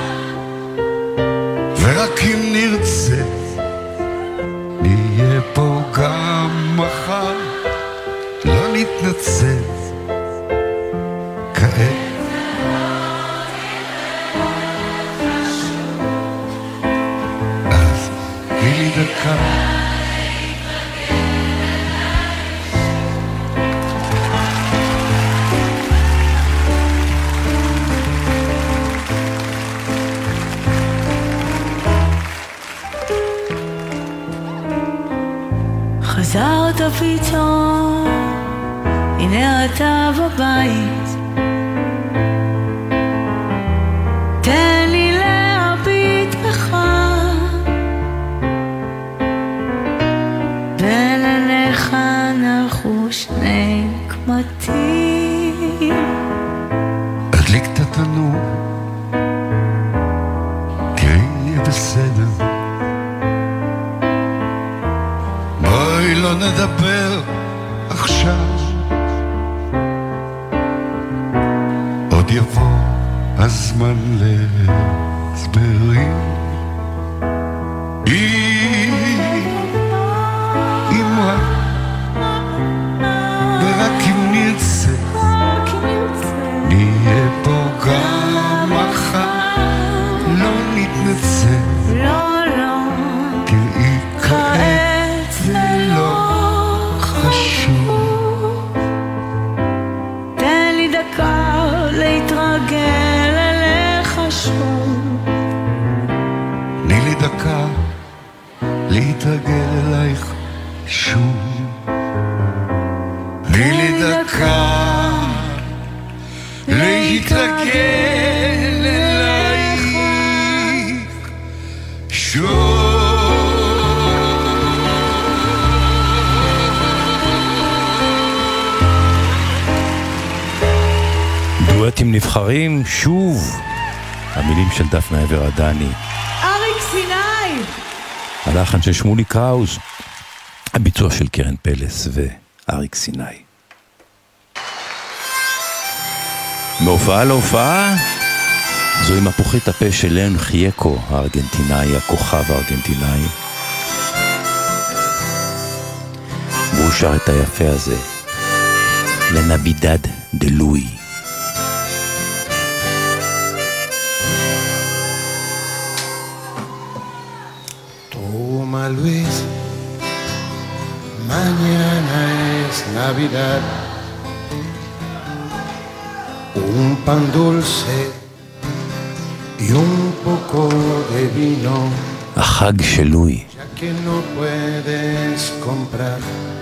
ורק אם נרצה נהיה פה גם מחר, לא נתנצל כעת. אז תני לי דקה חזרת פתאום, הנה אתה בבית, תן לי להביט בך, בין עיניך נחו שני קמטים. הדליק את התנור, תראי יהיה בסדר, בואי לא נדבר עכשיו, עוד יבוא הזמן להסברים. אמא, ורק אם נרצה נהיה פה גם מחר, לא נתנצל, לא לא תראי כעת זה לא חשוב. תן לי דקה להתרגל אליך שוב. תני לי דקה להתרגל אלייך שוב. תני לי דקה להתרגל אלייך שוב. דואטים נבחרים, שוב. המילים של דפנה עבר הדני, אריק סיני, הלחן של שמולי קראוז, הביצוע של קרן פלס ואריק סיני. מהופעה להופעה, זוהי מפוחית הפה של ליאון חיייקו, הארגנטינאי, הכוכב הארגנטינאי. והוא שר את היפה הזה, לנבידד דלוי. Toma Luis, mañana es Navidad. Un pan dulce y un poco de vino. החג של לואי. Ya que no puedes comprar.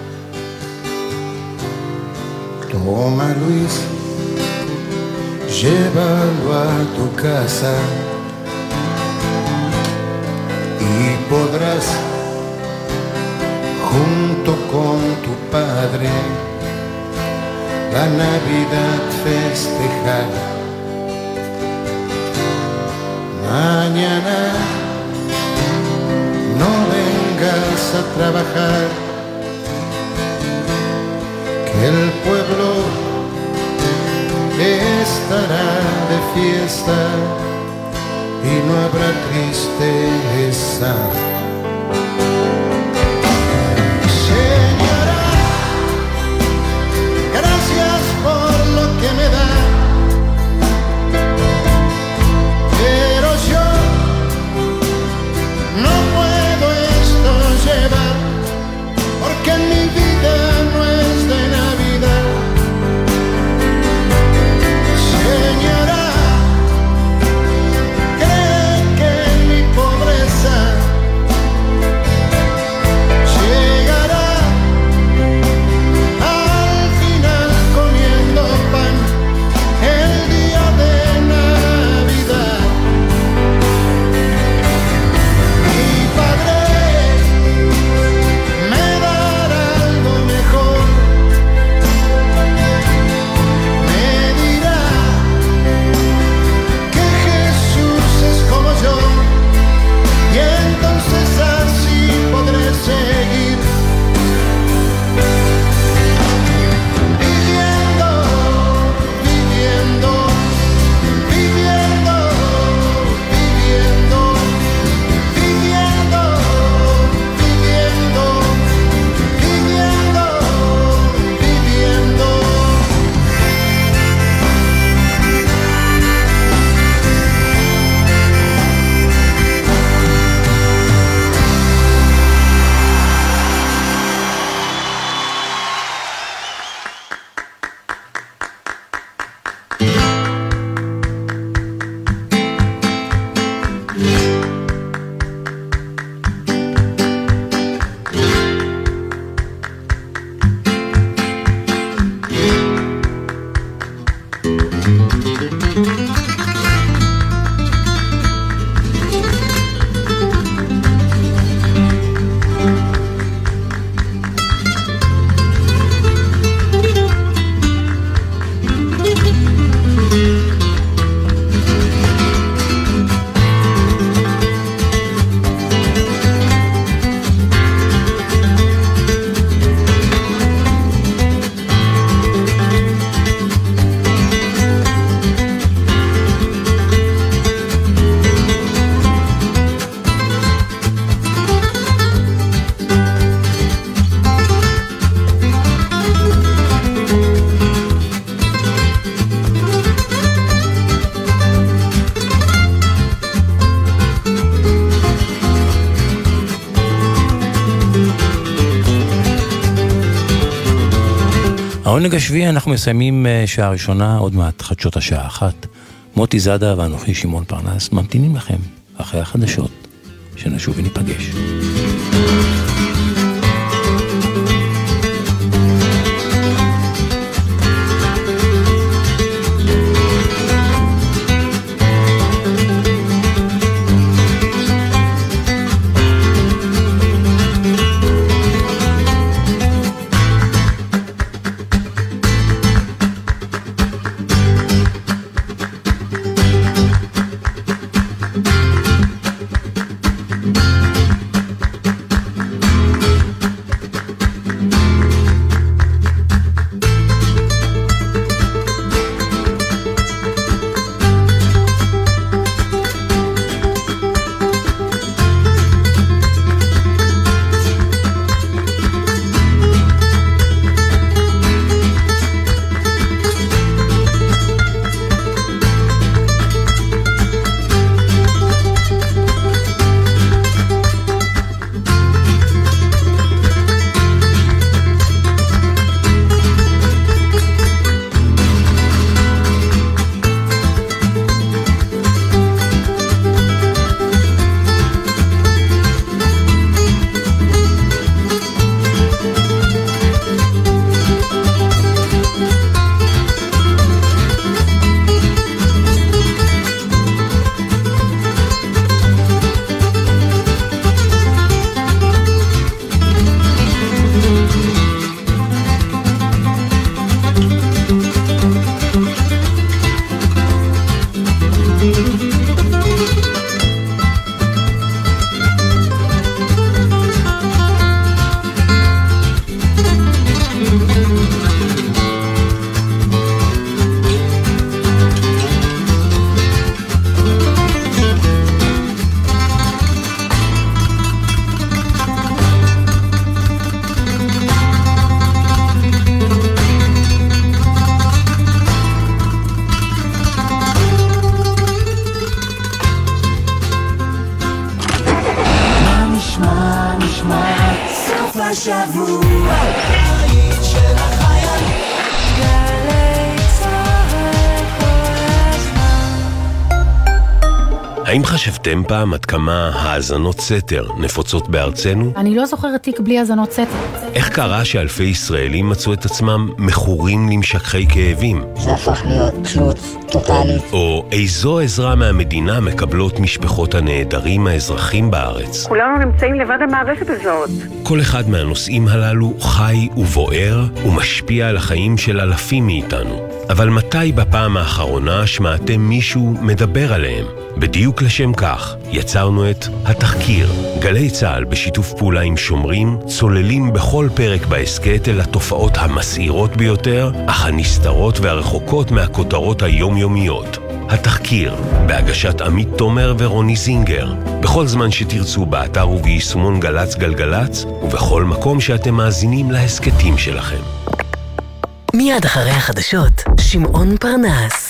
Toma Luis, llévalo a tu casa y podrás junto con tu padre la Navidad festejar. Mañana no vengas a trabajar, que el pueblo estará de fiesta y no habrá tristeza. Señora, gracias por lo que me da, pero yo no puedo esto llevar, porque en mi vida no es de Navidad. Señora, cree que en mi pobreza llegará al final comiendo pan el día de Navidad. Mi padre me dará algo mejor, me dirá que Jesús es como yo, y entonces así podré seguir viviendo, viviendo, viviendo, viviendo, viviendo, viviendo, viviendo, viviendo. העונג השביעי, אנחנו מסיימים שעה ראשונה, עוד מעט חדשות השעה אחת. מוטי זאדה ואנוכי שמעון פרנס ממתינים לכם אחרי החדשות, שנשוב וניפגש. השבוע. הבית של החיילים. גלי צהל כל הזמן. האם חשבתם פעם עד כמה האזנות סתר נפוצות בארצנו? אני לא זוכרת תיק בלי האזנות סתר. איך קרה שאלפי ישראלים מצאו את עצמם מכורים למשככי כאבים? זה הפך להיות תלות טוטלית. או איזו עזרה מהמדינה מקבלות משפחות הנעדרים האזרחים בארץ? כולנו נמצאים לבד המערכת הזאת. כל אחד מהנושאים הללו חי ובוער ומשפיע על החיים של אלפים מאיתנו. אבל מתי בפעם האחרונה שמעתם מישהו מדבר עליהם? בדיוק לשם כך יצרנו את התחקיר. גלי צהל בשיתוף פעולה עם שומרים צוללים בכל פרק בהסקט אל התופעות המסעירות ביותר, אך הנסתרות והרחוקות מהכותרות היומיומיות. התחקיר, בהגשת עמית תומר ורוני זינגר, בכל זמן שתרצו באתר וביישומון גלץ גלגלץ, ובכל מקום שאתם מאזינים להסקטים שלכם. מיד אחרי החדשות, שמעון פרנס.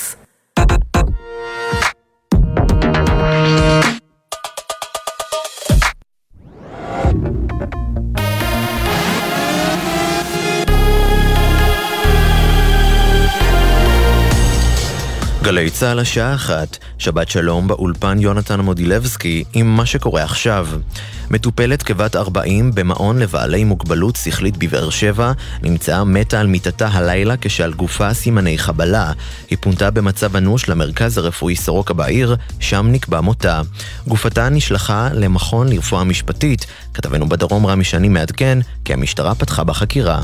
גלי צהל השעה אחת, שבת שלום באולפן יונתן מודילבסקי עם מה שקורה עכשיו. מטופלת כבת ארבעים במעון לבעלי מוגבלות שכלית בבאר שבע נמצאה מתה על מיטתה הלילה כשעל גופה סימני חבלה. היא פונתה במצב אנוש למרכז הרפואי סורוקה בעיר, שם נקבע מותה. גופתה נשלחה למכון לרפואה משפטית. כתבנו בדרום רמי שני מעדכן כי המשטרה פתחה בחקירה.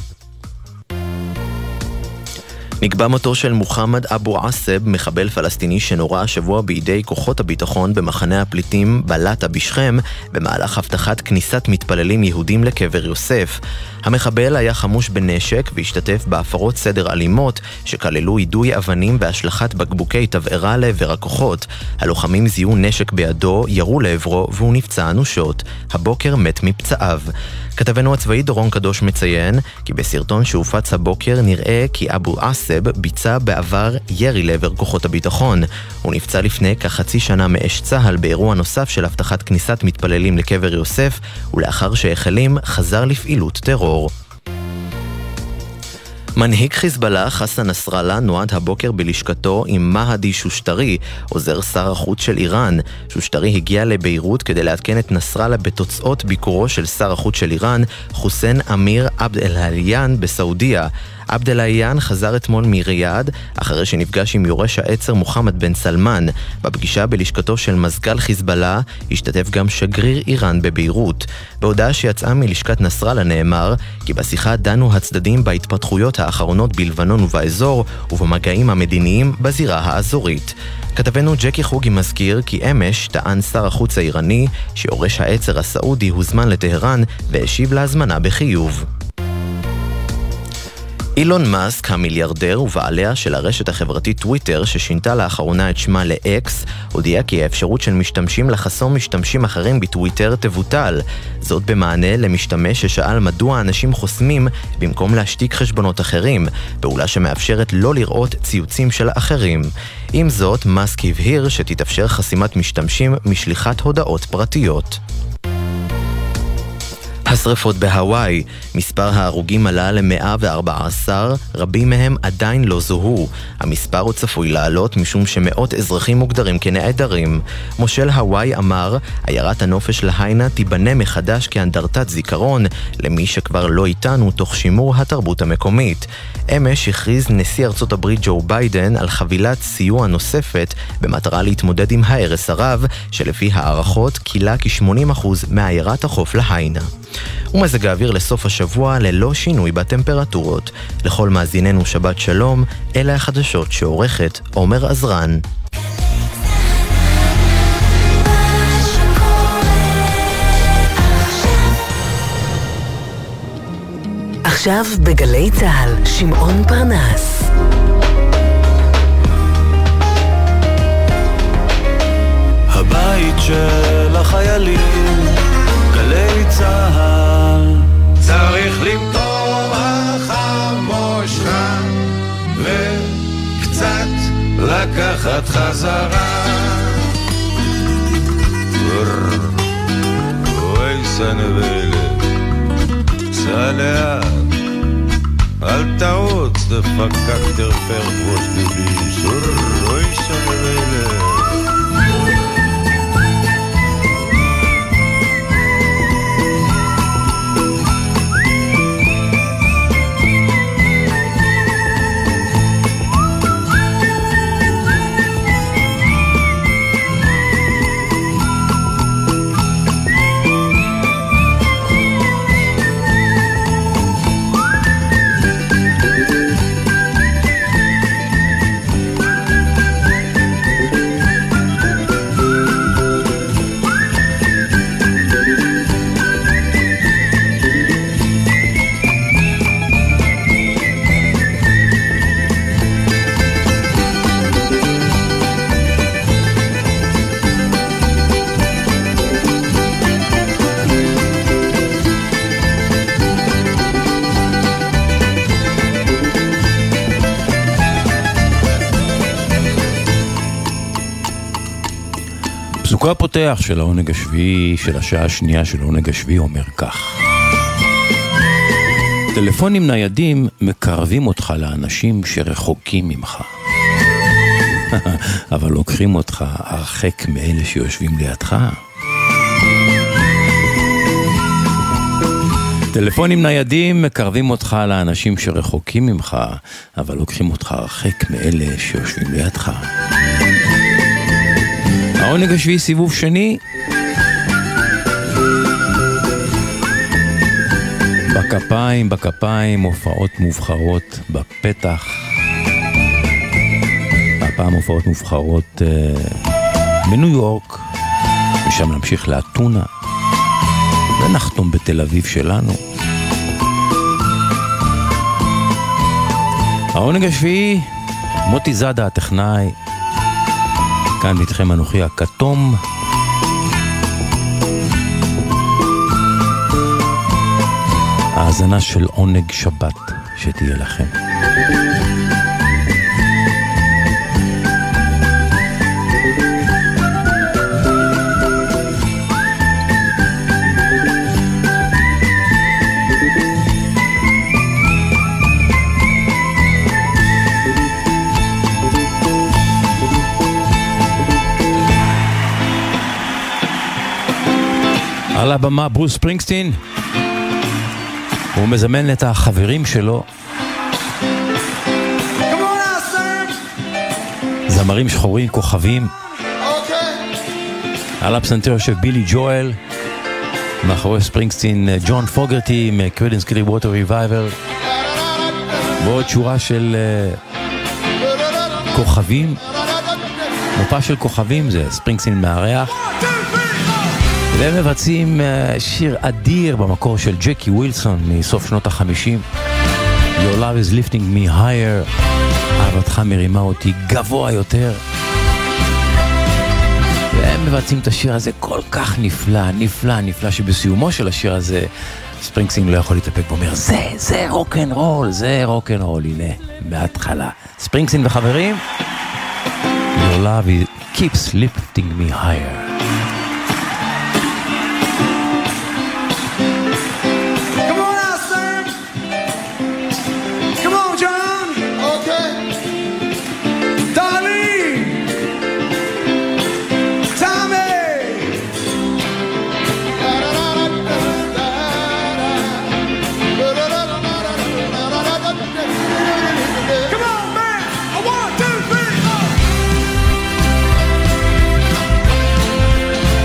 נקבע מותו של מוחמד אבו עסב, מחבל פלסטיני שנורה השבוע בידי כוחות הביטחון במחנה הפליטים בלטה בשכם, במהלך הבטחת כניסת מתפללים יהודים לקבר יוסף. המחבל היה חמוש בנשק והשתתף בהפרות סדר אלימות, שכללו יידוי אבנים והשלכת בקבוקי תבערה לעבר הכוחות. הלוחמים זיהו נשק בידו, ירו לעברו והוא נפצע אנושות. הבוקר מת מפצעיו. כתבנו הצבאי דורון קדוש מציין כי בסרטון שהופץ הבוקר נראה כי אבו עסב ביצע בעבר ירי לעבר כוחות הביטחון. הוא נפצע לפני כחצי שנה מאש צהל באירוע נוסף של הבטחת כניסת מתפללים לקבר יוסף, ולאחר שהחלים חזר לפעילות טרור. מנהיג חיזבאללה חסן נסראללה נועד הבוקר בלשכתו עם מהדי שושטרי, עוזר שר החוץ של איראן. שושטרי הגיע לביירות כדי לעדכן את נסראללה בתוצאות ביקורו של שר החוץ של איראן, חוסיין אמיר עבד אל-הליאן בסעודיה. עבד אל-הליאן חזר אתמול מריאד אחרי שנפגש עם יורש העצר מוחמד בן סלמן. בפגישה בלשכתו של מזכ"ל חיזבאללה השתתף גם שגריר איראן בביירות. בהודעה שיצאה מלשכת נסראללה נאמר כי בשיחה דנו הצדדים בהתפתחויות האחרונות בלבנון ובאזור ובמגעים המדיניים בזירה האזורית. כתבנו ג'קי חוגי מזכיר כי אמש טען שר החוץ האיראני שיורש העצר הסעודי הוזמן לטהרן והשיב להזמנה בחיוב. אילון מאסק, המיליארדר ובעליה של הרשת החברתית טוויטר, ששינתה לאחרונה את שמה לאקס, הודיע כי האפשרות של משתמשים לחסום משתמשים אחרים בטוויטר תבוטל. זאת במענה למשתמש ששאל מדוע אנשים חוסמים במקום להשתיק חשבונות אחרים, פעולה שמאפשרת לא לראות ציוצים של האחרים. עם זאת, מאסק הבהיר שתתאפשר חסימת משתמשים משליחת הודעות פרטיות. השרפות בהוואי, מספר ההרוגים עלה ל-מאה וארבע עשרה, רבים מהם עדיין לא זוהו. המספר הוא צפוי לעלות משום שמאות אזרחים מוגדרים כנעדרים. מושל הוואי אמר, עיירת הנופש להיינה תיבנה מחדש כאנדרטת זיכרון למי שכבר לא איתנו תוך שימור התרבות המקומית. אמש הכריז נשיא ארצות הברית ג'ו ביידן על חבילת סיוע נוספת במטרה להתמודד עם ההרס הרב, שלפי הערכות קילה כ-שמונים אחוז מעיירת החוף להיינה. ומזג האוויר לסוף השבוע ללא שינוי בטמפרטורות. לכל מאזיננו שבת שלום, אלה החדשות שעורכת עומר עזרן. עכשיו בגלי צהל, שמעון פרנס. הבית של החיילים, גלי צהל. צריך למטור החמושך וקצת לקחת חזרה. אוי סנבלת, לאט, אל תעוץ דפקק תרפר דבוש בלי סור אוי שרלה פסוקו הפותח של העונג השביעי, של השעה השנייה של העונג השביעי, אומר כך: טלפונים ניידים מקרבים אותך לאנשים שרחוקים ממך, אבל לוקחים אותך הרחק מאלה שיושבים לידך. טלפונים ניידים מקרבים אותך לאנשים שרחוקים ממך, אבל לוקחים אותך הרחק מאלה שיושבים לידך. העונג השביעי, סיבוב שני. בכפיים, בכפיים, הופעות מובחרות בפתח. הפעם הופעות מובחרות אה, בניו יורק, ושם נמשיך לאתונה, ונחתום בתל אביב שלנו. העונג השביעי, מוטי זאדה הטכנאי, כאן איתכם אנוכי הכתום. האזנה של עונג שבת שתהיה לכם. על הבמה ברוס ספרינגסטין, הוא מזמן את החברים שלו, זמרים שחורים כוכבים. על הפסנתר יושב בילי ג'ואל, מאחורי ספרינגסטין ג'ון פוגרטי מקרידנס קלירווטר ריבייבל, ועוד שורה של uh, כוכבים. מופע של כוכבים, זה ספרינגסטין מארח, והם מבצעים שיר אדיר במקור של ג'קי ווילסון מסוף שנות החמישים, Your love is lifting me higher, אהבתך מרימה אותי גבוה יותר. והם מבצעים את השיר הזה כל כך נפלא, נפלא, נפלא, שבסיומו של השיר הזה ספרינגסטין לא יכול להתאפק ואומר, זה, זה רוק'נ'רול, זה רוק'נ'רול. הנה, בהתחלה ספרינגסטין וחברים, Your love keeps lifting me higher. Come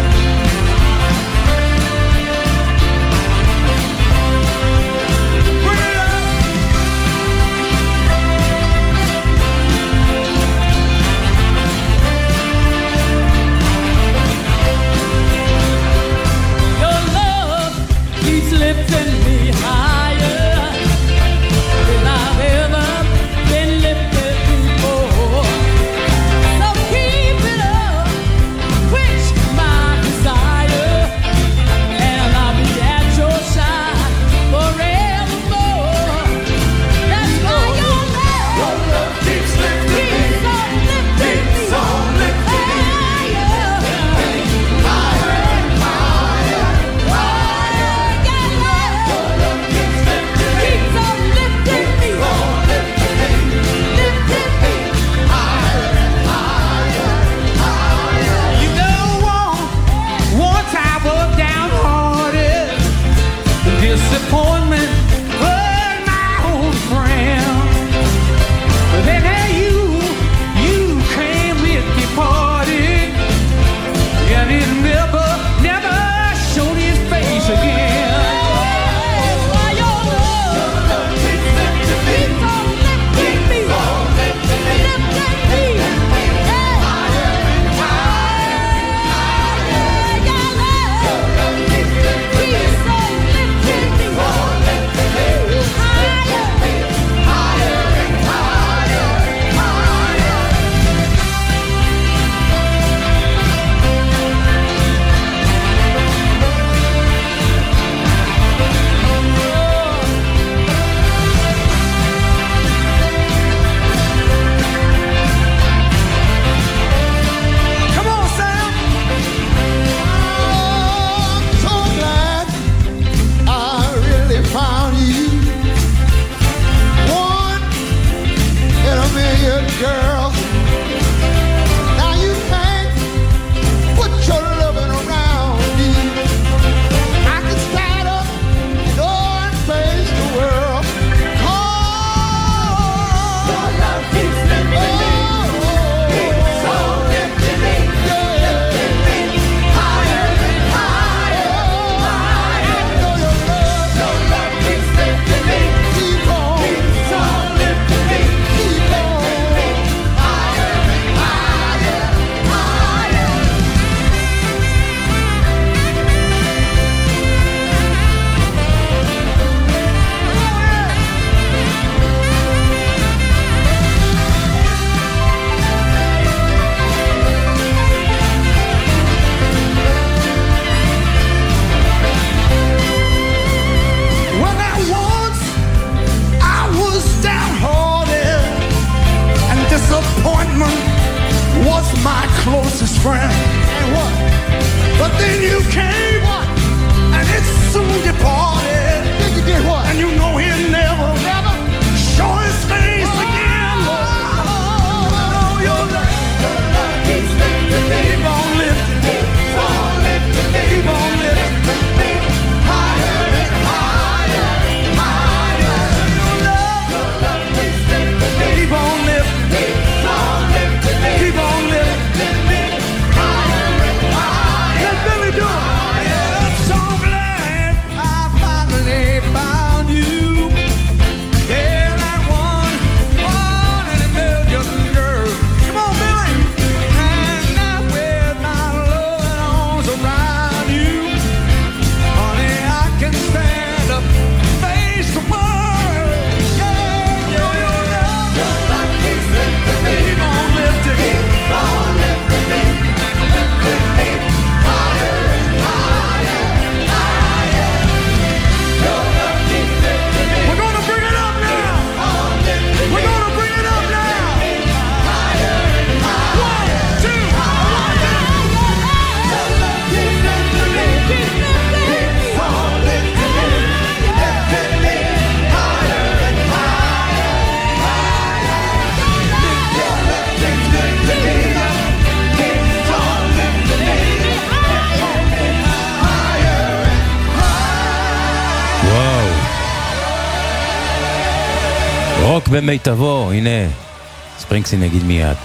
רוק במיטבו, הנה, ספרינגסטין נגיד מיד.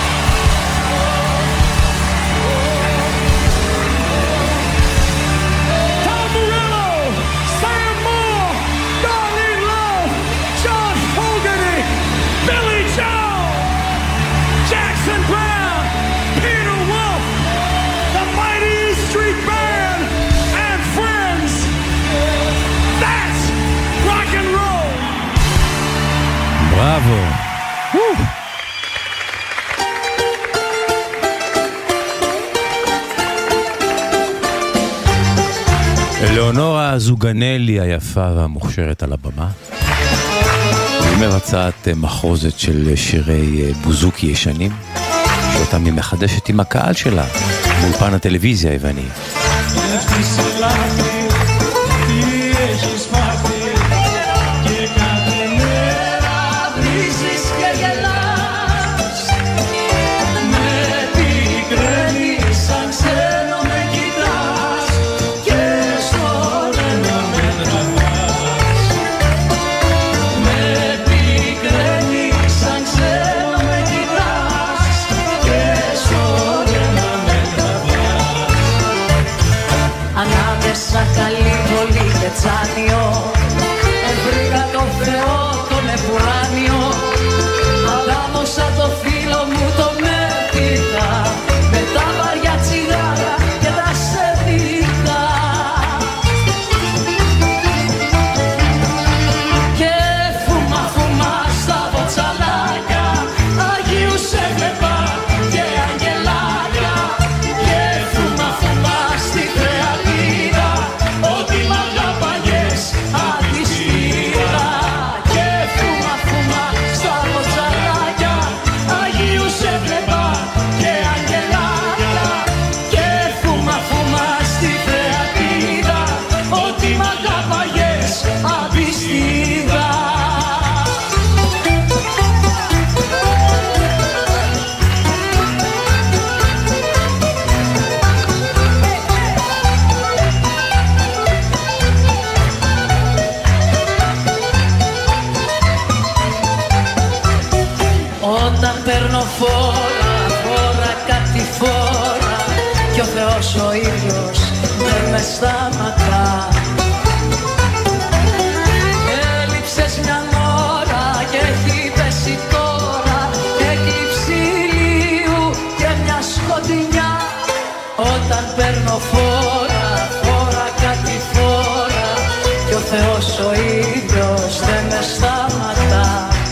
בראבו. אלאונורה זוגנלי היפה והמוכשרת על הבמה. היא מבצעת מחרוזת של שירי בוזוקי ישנים, שאותם היא מחדשת עם הקהל שלה, באולפן הטלוויזיה היווני. Τσάνιο, βρήκα το Θεό, τον επουράνιο. Αδάμωσα το φίλο μου, το μέτρηκα, με τα βαριά τσιγάρα και τα σεδίκα. Και φούμα φούμα στα βοτσαλάκια, Αγίους έβλεπα και αγγελάκια. Και φούμα φούμα στη Θεατήρα, ότι μ' αγαπάγες αντιστήρα. Και φούμα φούμα στα βοτσαλάκια, Αγίους έβλεπα και αγγελάκια. Και φούμα φούμα στη Θεατήρα, ότι μ' αγαπάγες αντιστήρα. Όταν παίρνω φόρα, φόρα κάτι φόρα, κι ο Θεός ο ίδιος δεν με σταματά. Έλειψες μια ώρα και έχει πέσει τώρα, έκλειψη ηλίου και μια σκοτεινιά. Όταν παίρνω φόρα, φόρα κάτι φόρα, κι ο Θεός ο ίδιος δεν με σταματά.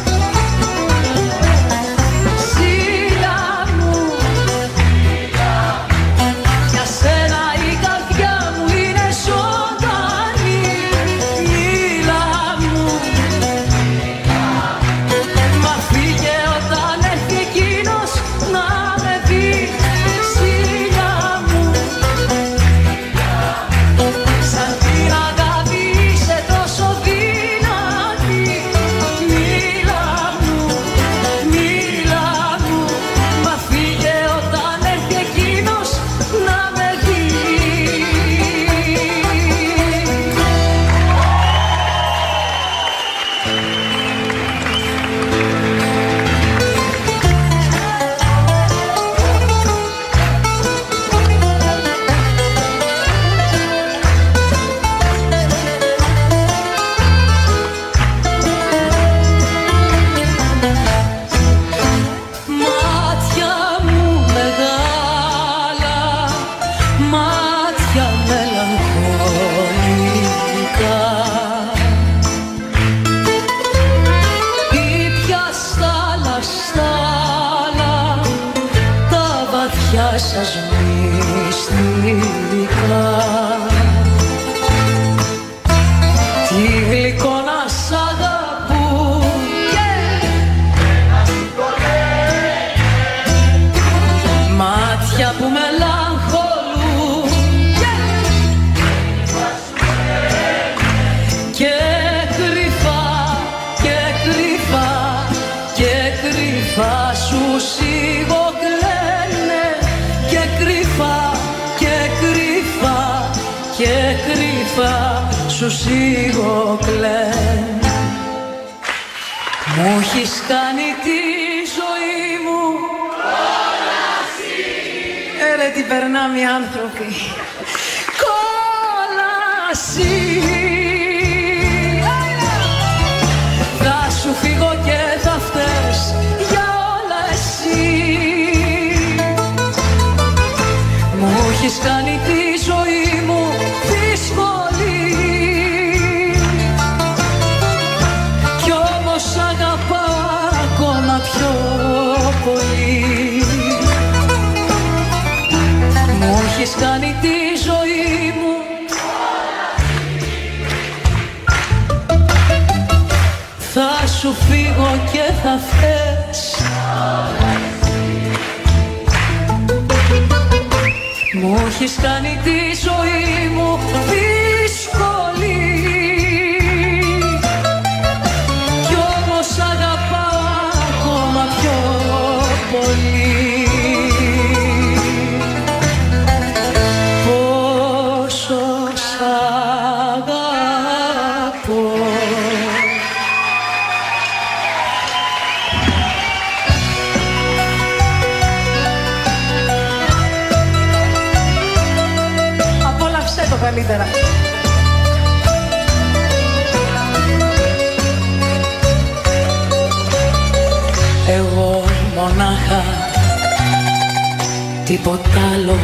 Σας μυστικά, τι γλυκό να σ' αγαπούν και μάτια που μελαγχολούν και κρυφά και κρυφά και κρυφά σου σιγοκλαίνε και κρυφά και κρυφά και κρυφά σου σιγοκλαίνε. Μου έχεις κάνει τη ζωή μου κόλαση. Έρε τι περνάμε οι άνθρωποι. Κόλαση. Θα σου φύγω και θα φταίς για όλα εσύ. Μου έχεις κάνει τη ζωή μου δύσκολη. Κι όμως αγαπάω ακόμα πιο πολύ. Μου έχεις κάνει τη ζωή μου. Θα σου φύγω και θα φταίς. Μου έχεις κάνει τη ζωή μου δύσκολη. Κι όμως αγαπάω ακόμα πιο πολύ. Πόσο σ' αγαπώ. Καλύτερα. Εγώ μονάχα, τίποτα άλλο.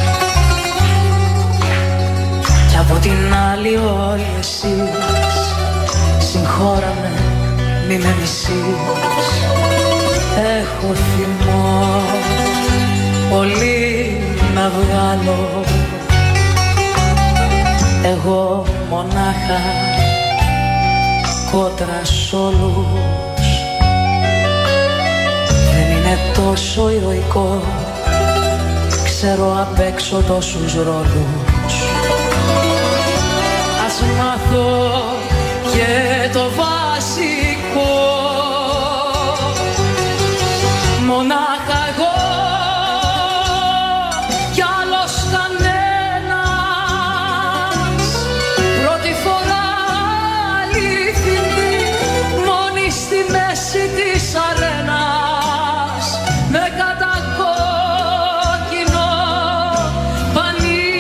Κι από την άλλη όλοι εσείς συγχώραμε, μη με μισείς. Έχω θυμό πολύ να βγάλω. Εγώ μονάχα κόντρα σ' όλους. Δεν είναι τόσο ηρωικό, ξέρω απ' έξω τόσους ρόλους. Ας μάθω και το βασικό. Μονάχα εγώ κι άλλος κανένας. Πρώτη φορά αληθινή, μόνη στη μέση της αρένας. Με κατακόκκινο πανί.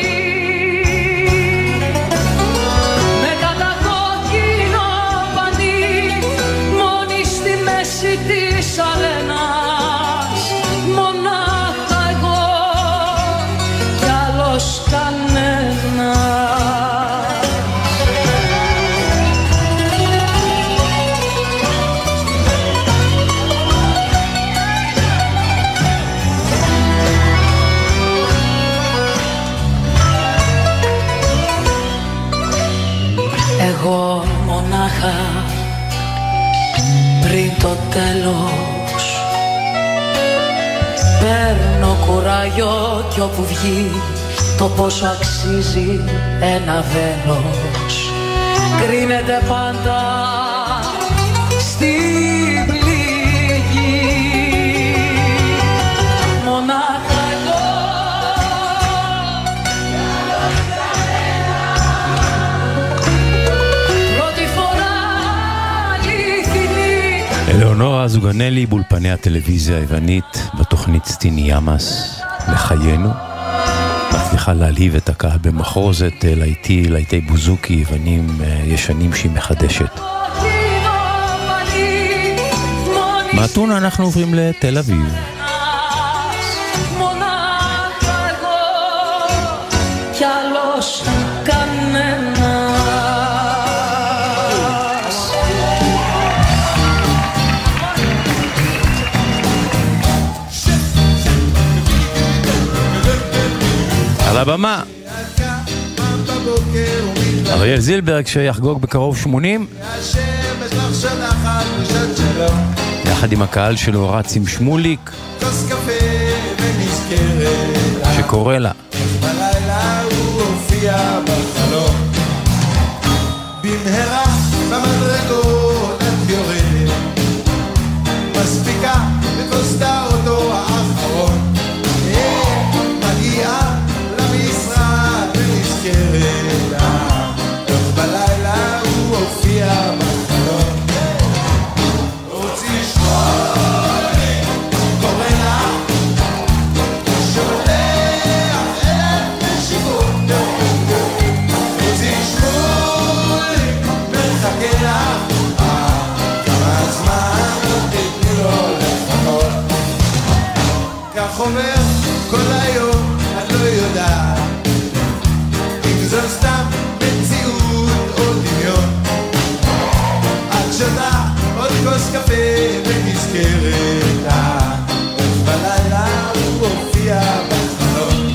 Με κατακόκκινο πανί, μόνη στη μέση της αρένας. Μονάχα εγώ κι άλλος κανένας. Εγώ μονάχα πριν το τέλος παίρνω κουράγιο κι όπου βγει το πόσο αξίζει ένα βέλος. Κρίνεται πάντα στην πληγή. Μονάχα εγώ πρώτη φορά αληθινή. אלאונורה זוגנלי באולפני הטלוויזיה היוונית בתוכנית סטיני ימאס לחיינו. מצליחה להלהיב את הקהל במחרוזת להיטי, להיטי בוזוקי יוונים ישנים שהיא מחדשת. מאתונה אנחנו עוברים לתל אביב. Κι άλλος κανένας. על הבמה אריאל זילברג שיחגוג בקרוב שמונים, יחד עם הקהל שלו רץ עם שמוליק שקורא לה בלילה הוא הופיע בחלום, במהרה במדרגות את יורד, מספיקה וכוסתה אותו האחרון, מגיעה למשרד ונזכרת, בלילה הוא הופיע בחלום, עובר כל היום, את לא יודעת אם זו סתם מציאות או דמיון. את שותה עוד כוס קפה ונזכרת איך בלילה הוא הופיע בחלום.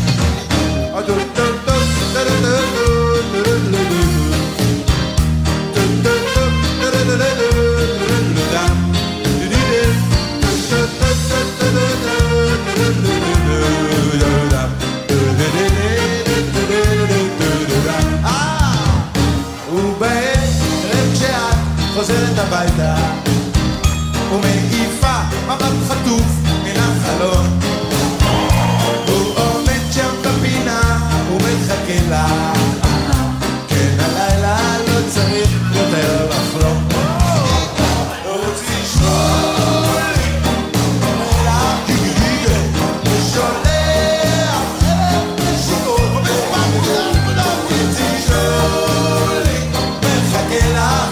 חוזרת הביתה ומעיפה מבט חטוף מן החלון. הוא עומד שם בפינה ומחכה לה, כן הלילה לא צריך יותר לחלום. לא רוצה לשאול אומר לה גיגי ושולח לשיגור ובפעם לא רוצה לשאול מחכה לה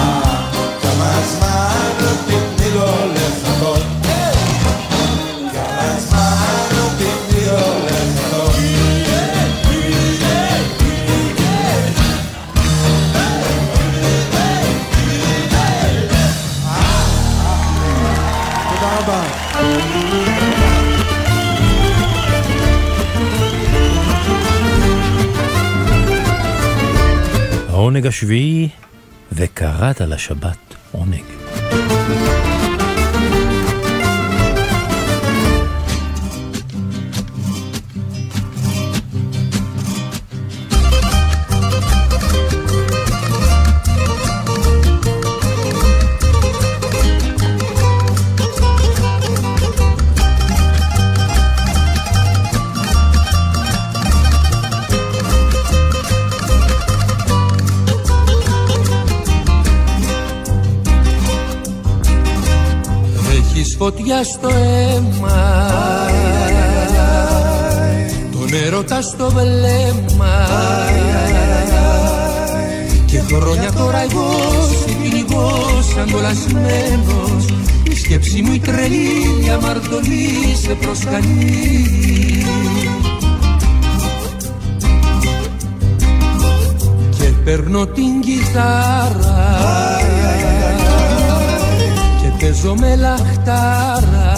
הזמן לא תתני לו לחכות, כמה זמן לא תתני לו לחכות. תודה רבה. העונג השביעי וקראת לשבת עונג. Φωτιά στο αίμα, τον έρωτα στο βλέμμα, και χρόνια τώρα εγώ σε κυνηγώ σαν κολλασμένος. Η σκέψη μου η τρελή, η αμαρτωλή σε προσκαλεί. Και παίρνω την κιθάρα παίζω με λαχτάρα,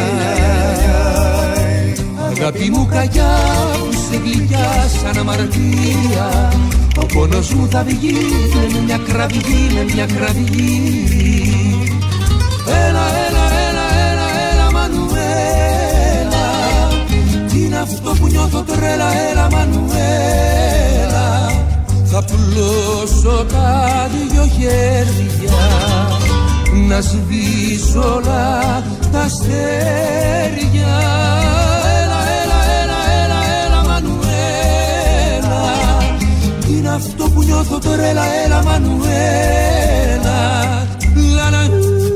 αγάπη μου καγιά που σε γλυκιά σαν αμαρτία. Ο πόνος μου θα βγει με μια κραυγή, με μια κραυγή. Έλα, έλα, έλα, έλα, έλα Μανουέλα, τι είναι αυτό που νιώθω τρέλα, έλα Μανουέλα. Θα πουλώσω τα δυο χέρια να σβήσω όλα τα αστέρια. Έλα, έλα, έλα, έλα, έλα Μανουέλα, τι είναι αυτό που νιώθω τρέλα, έλα Μανουέλα. Λα, λα.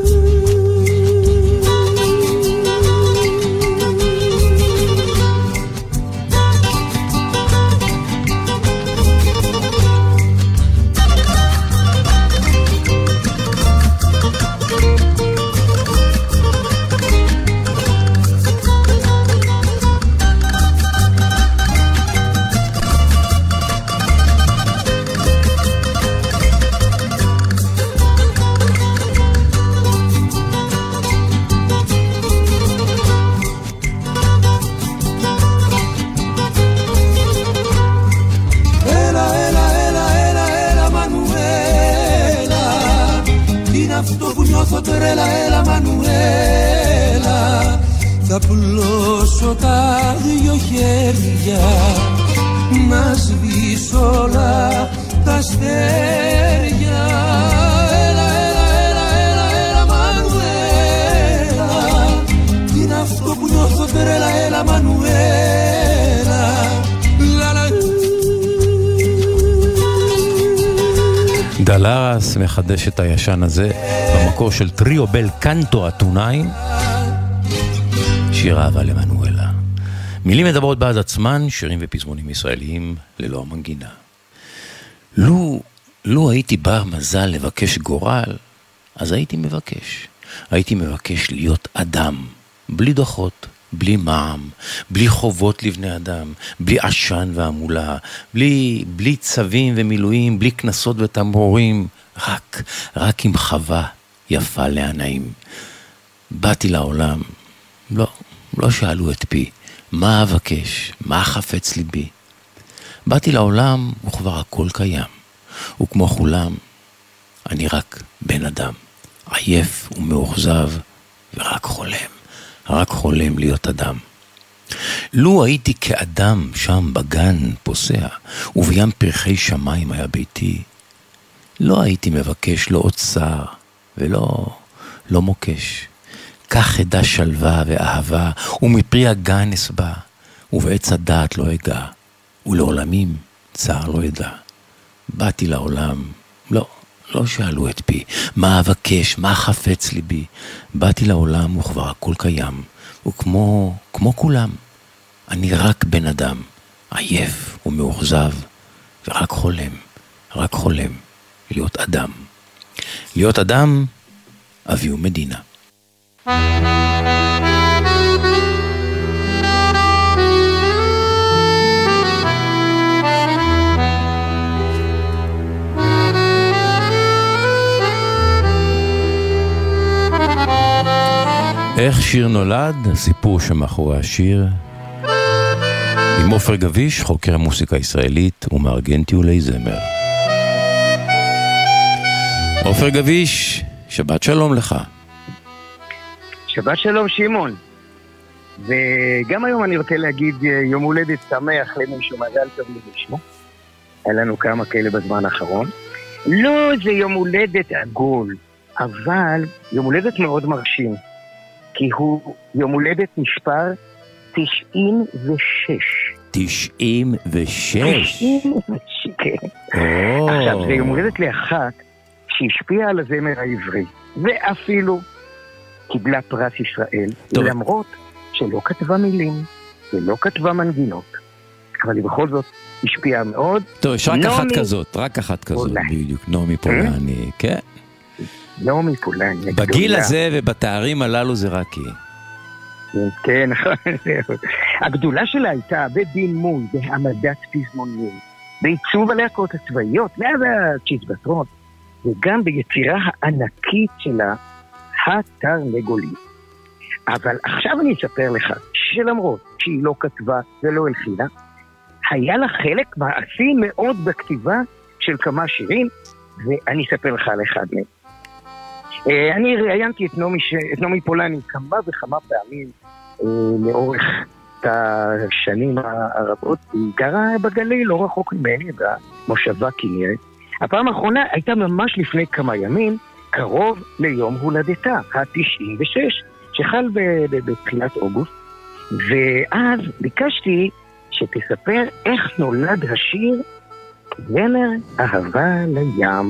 νιώθω τρέλα, έλα Μανουέλα. Θα πουλώσω τα δυο χέρια να σβήσω όλα τα αστέρια. Έλα, έλα, έλα, έλα, έλα Μανουέλα. Τι είναι αυτό που νιώθω τρέλα, έλα Μανουέλα. דלרס מחדש את הישן הזה במקור של טריו בל קנטו אתוניים, שיר אהבה למנואלה. מילים מדברות בעד עצמן, שירים ופזמונים ישראליים ללא המנגינה. לו, לו הייתי בר מזל לבקש גורל, אז הייתי מבקש. הייתי מבקש להיות אדם, בלי דוחות, בלי מע"מ, בלי חובות לבני אדם, בלי עשן והמולה, בלי, בלי צווים ומילואים, בלי כנסות ותמרורים, רק, רק עם חווה יפה לעניים. באתי לעולם, לא, לא שאלו את פי, מה אבקש, מה חפץ ליבי. באתי לעולם וכבר הכל קיים, וכמו כולם, אני רק בן אדם, עייף ומאוכזב, ורק חולם, רק חולם להיות אדם. לו הייתי כאדם שם בגן פוסע, ובים פרחי שמיים היה ביתי, לא הייתי מבקש לא אוצר, ולא לא מוקש. כך אדע שלווה ואהבה, ומפרי הגן אסבע, ובעץ הדעת לא אגע, ולעולמים צער לא ידע. באתי לעולם, לא, לא שאלו את פי, מה אבקש, מה חפץ ליבי. באתי לעולם וכבר הכל קיים, וכמו כמו כולם, אני רק בן אדם, עייף ומאוכזב, ורק חולם, רק חולם, להיות אדם. להיות אדם, אבי ומדינה. איך שיר נולד, סיפור שמאחורי השיר, עם עופר גביש, חוקר המוסיקה הישראלית ומארגן טיולי זמר. עופר גביש, שבת שלום לך. שבת שלום שמעון. וגם היום אני רוצה להגיד יום הולדת שמח למישהו, מזל טוב למישהו. היה לנו כמה כאלה בזמן האחרון. לא, זה יום הולדת עגול, אבל יום הולדת מאוד מרשים. כי הוא יום הולדת מספר תשעים ושש. תשעים ושש? תשעים ושש, כן. עכשיו, זה יום הולדת לאחת שהשפיעה על הזמר העברי, ואפילו קיבלה פרס ישראל, טוב. למרות שלא כתבה מילים ולא כתבה מנגינות, אבל היא בכל זאת השפיעה מאוד. טוב, יש רק אחת כזאת, רק אחת כזאת, בדיוק, נעמי פולני, כן. נעמי פולני. בגיל הזה ובתארים הללו זה רק היא. כן, נכון. הגדולה שלה הייתה בדימוי, בהעמדת פזמונים, בעיצוב הלהקות הצבאיות, מאז הצ'יזבטרון, וגם ביצירה הענקית שלה, התרנגולים. אבל עכשיו אני אספר לך שלמרות שהיא לא כתבה ולא הלחינה, היה לה חלק מעשי מאוד בכתיבה של כמה שירים, ואני אספר לך על אחד מהם. אני ראיינתי את נעמי, את נעמי פולני כמה וכמה פעמים לאורך השנים הרבות. היא גרה בגליל, לא רחוק ממני, במושבה כנרת. הפעם האחרונה הייתה ממש לפני כמה ימים, קרוב ליום הולדתה, ה-תשעים ושש, שחל בתחילת אוגוסט, ואז ביקשתי שתספר איך נולד השיר זמר אהבה לים.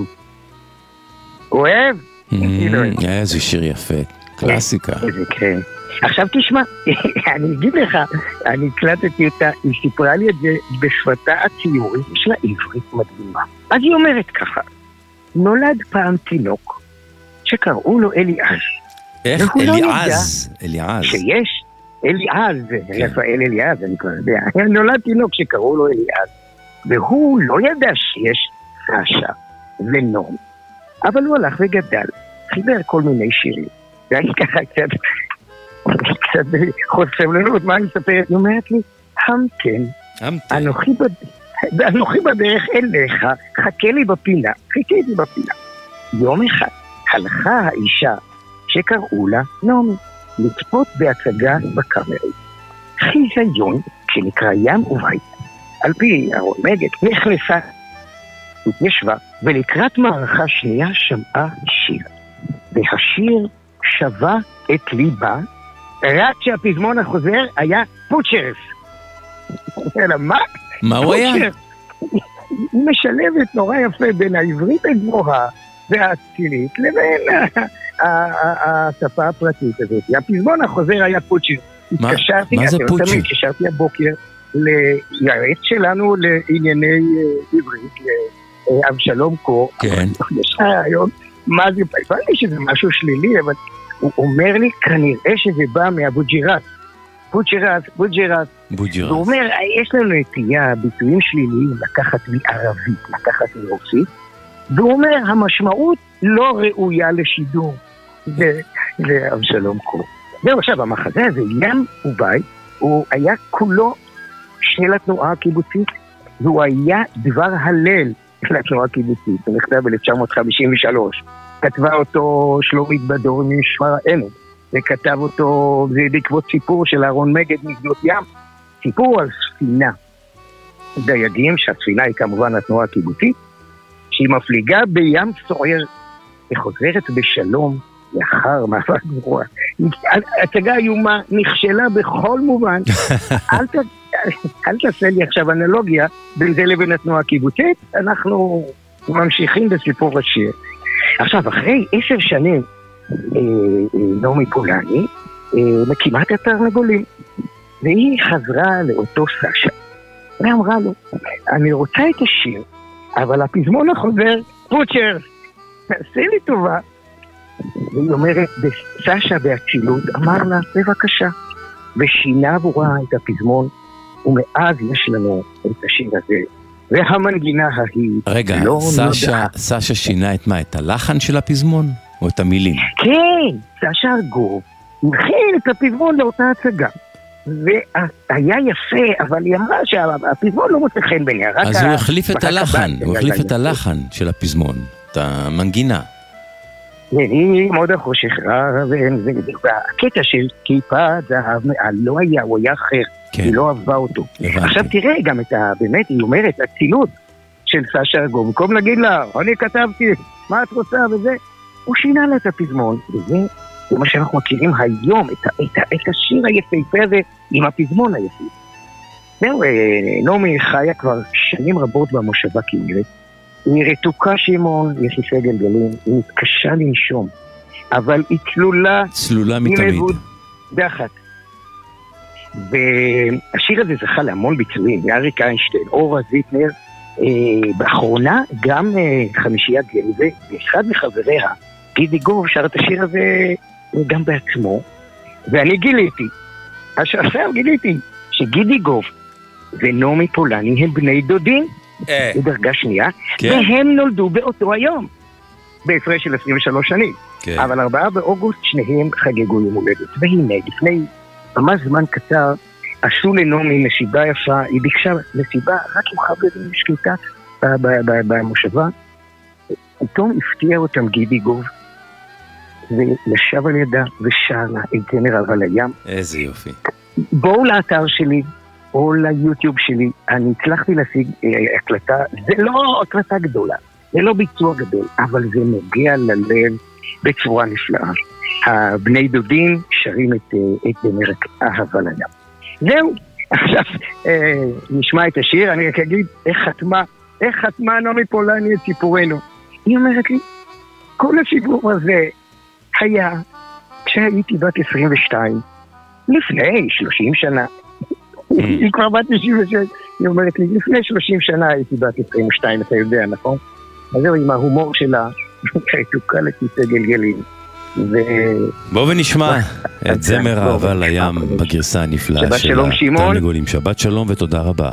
אוהב? איזה שיר יפה, קלאסיקה. איזה כן. עכשיו תשמע, אני אגיד לך, אני הקלטתי אותה, היא סיפרה לי את זה בשפתה הציורית של העברית מדהימה. אז היא אומרת ככה, נולד פעם תינוק שקראו לו אליעז. איך? אליעז? אליעז. שיש, אליעז, רפאל אליעז, אני כבר יודע. נולד תינוק שקראו לו אליעז, והוא לא ידע שיש סשה ונום. אבל הוא הלך וגדל, חיבר כל מיני שירים. ואני ככה קצת, קצת חוסר לנו, מה אני מספרת? היא אומרת לי, המתן, אנוכי בדרך אליך, חכה לי בפינה, חיכה לי בפינה. יום אחד הלכה האישה שקראו לה נעמי, לצפות בהצגה בקאמרי. חיזיון, שנקרא ים ובית, על פי הרומגת, נכנסה, התיישבה, ולקראת מערכה שנייה שמעה שיר. והשיר שווה את ליבה, רק שהפזמון החוזר היה פוצ'רס. אלא מה? מה הוא היה? היא משלבת נורא יפה בין העברית הגבוהה והאצילית לבין השפה הפרטית הזאת. הפזמון החוזר היה פוצ'רס. מה זה פוצ'רס? תמיד קשרתי הבוקר ליועץ שלנו לענייני עברית, אבשלום קור. כן. יש היום, מה זה, פעם לי שזה משהו שלילי, אבל הוא אומר לי, כנראה שזה בא מאבו ג'ירת. בוג'רס, בוג'רס. בוג'רס. הוא אומר, יש לנו נטייה, ביטויים שליליים, לקחת מערבית, לקחת מרוסית, והוא אומר, המשמעות לא ראויה לשידור. זה, זה אבשלום קור. זהו, עכשיו, המחזה הזה, ים ובי, הוא היה כולו של התנועה הקיבוצית, והוא היה דבר הלל לתנועה הקיבוצית. הוא נכתב ב-אלף תשע מאות חמישים ושלוש. כתבה אותו שלומית בדור משמר העמק. וכתב אותו, זה בעקבות סיפור של אהרון מגד משדות ים. סיפור על ספינה דייגים, שהספינה היא כמובן התנועה הקיבוצית, שהיא מפליגה בים סוער, וחוזרת בשלום לאחר מאבק גרוע. הצגה איומה נכשלה בכל מובן. אל, ת, אל תעשה לי עכשיו אנלוגיה בין זה לבין התנועה הקיבוצית, אנחנו ממשיכים בסיפור השיר. עכשיו, אחרי עשר שנים, אה, אה, נעמי פולני אה, מקימה את התרנגולים, והיא חזרה לאותו סשה, ואמרה לו, אני רוצה את השיר, אבל הפזמון החוזר, פוצ'ר, תעשה לי טובה. והיא אומרת, סשה בהצילות, אמר לה, בבקשה, ושינה עבורה את הפזמון, ומאז יש לנו את השיר הזה, והמנגינה ההיא. רגע, לא סשה, סשה שינה את מה? את הלחן של הפזמון? או את המילים? כן, סשה ארגוב, מכין את הפזמון לאותה הצגה. והיה יפה, אבל היא אמרה שהפזמון לא מוצא חן בעיניה. אז הוא החליף את הלחן, הוא החליף את הלחן של הפזמון, את המנגינה. היא מאוד החושך, והקטע של כיפת זהב מעל לא היה, הוא היה אחר, היא לא אהבה אותו. עכשיו תראה גם את ה... באמת, היא אומרת, הצילות של סשה ארגוב, במקום להגיד לה, אני כתבתי, מה את רוצה וזה, הוא שינה לה את הפזמון, וזה... זה מה שאנחנו מכירים היום, את, את, את השיר היפהפה הזה עם הפזמון היפה. זהו, נעמי חיה כבר שנים רבות במושבה כנרת. היא רתוקה שמעון לכיסא גלגלים, היא מתקשה לנשום, אבל היא צלולה... צלולה מתמיד. באחת. והשיר הזה זכה להמון ביצועים, אריק איינשטיין, אורה זיטנר, אה, באחרונה גם אה, חמישייה גלווה, ואחד מחבריה, גידי גוב, שר את השיר הזה גם בעצמו, ואני גיליתי, עכשיו גיליתי, שגידי גוב ונעמי פולני הם בני דודים, אה. בדרגה שנייה, כן. והם נולדו באותו היום, בהפרש של עשרים ושלוש שנים, כן. אבל ארבעה באוגוסט שניהם חגגו יום הולדת, והנה, לפני ממש זמן קצר, עשו לנעמי מסיבה יפה, היא ביקשה מסיבה רק עם חברים שקטה במושבה, פתאום הפתיע אותם גידי גוב, וישב על ידה ושר לה את זמר אהבה לים. איזה יופי. בואו לאתר שלי, או ליוטיוב שלי, אני הצלחתי להשיג אה, הקלטה, זה לא הקלטה גדולה, זה לא ביצוע גדול, אבל זה נוגע ללב בצורה נפלאה. הבני דודים שרים את, את זמר אהבה לים. זהו, עכשיו אה, נשמע את השיר, אני רק אגיד איך חתמה, איך חתמה נעמי פולני את סיפורנו. היא אומרת לי, כל הסיפור הזה היה כשהייתי בת עשרים ושתיים, לפני שלושים שנה. היא כבר בת תשעים ושש, היא אומרת לי, לפני שלושים שנה הייתי בת עשרים ושתיים, אתה יודע, נכון? אז זהו, עם ההומור שלה, תוקה לכיסא גלגלים. בואו ונשמע את זמר אהבה לים בגרסה הנפלאה של התרנגולים. שבת שלום ותודה רבה.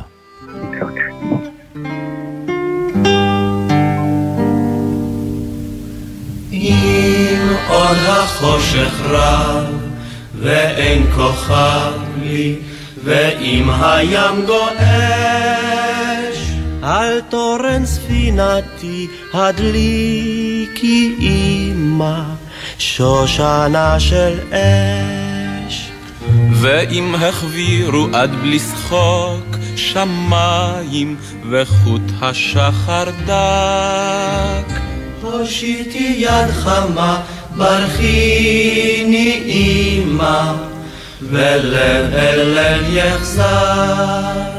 אם עוד החושך רב ואין כוכב לי, ואם הים גועש על תורן ספינתי, הדליקי אמא שושנה של אש. ואם החבירו עד בלי שחוק שמיים וחוט השחר דק, הושיטי יד חמה, ברכיני אמא, ולב אל לב יחזק.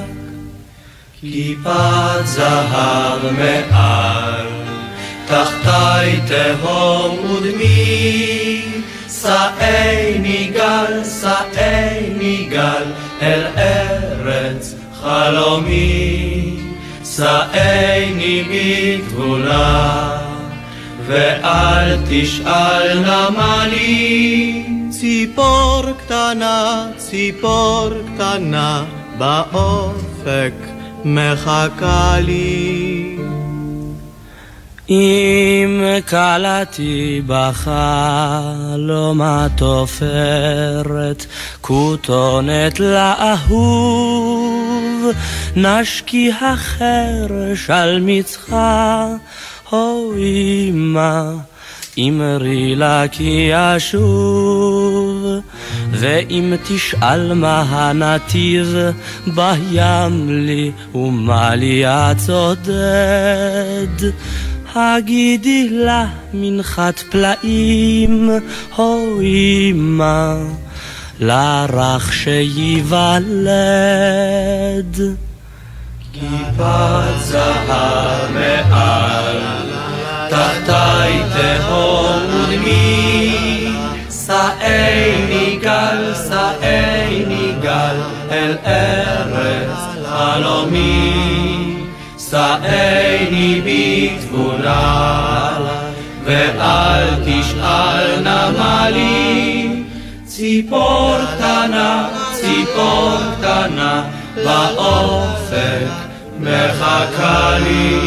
כיפת זהב מעל, תחתי תהום ודמי, סעני גל, סעני גל, אל ארץ חלומי, סעני בתבונה, ואל תשאל למה לי ציפור קטנה, ציפור קטנה, באופק מחכה לי. אם קלעתי בחלום התופרת, כותונת לאהוב, נשקי החרש על מצחה, הו אמא, אמרי לה כי אשוב, ואם תשאל מה הנתיב, בים לי ומה לי הצודד, הגידי לה מנחת פלאים, הו אמא, לרך שיוולד. כיפת זהב מעל, תחתי תהום ודמי, סעני גל, סעני גל, אל ארץ חלומי, סעני בתבונה, ואל תשאל נמלי, ציפור קטנה, ציפור קטנה, באופק מחכה לי.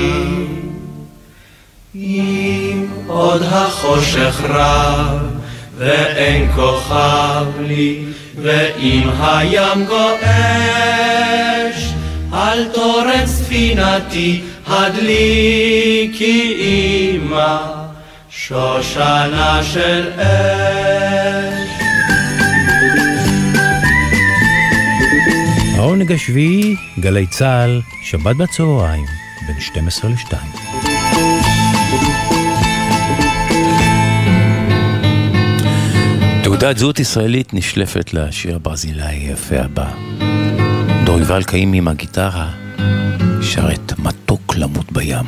אם עוד החושך רב ואין כוכב לי, ואם הים גועש, אל תורד ספינתי, הדליקי אמא שושנה של אש. העונג השביעי, גלי צהל, שבת בצהריים, בין שתים עשרה לשתיים. תעודת זהות ישראלית נשלפת לשיר הברזילאי היפה הבא. דוריבל קאים עם הגיטרה, שרת מתוק למות בים.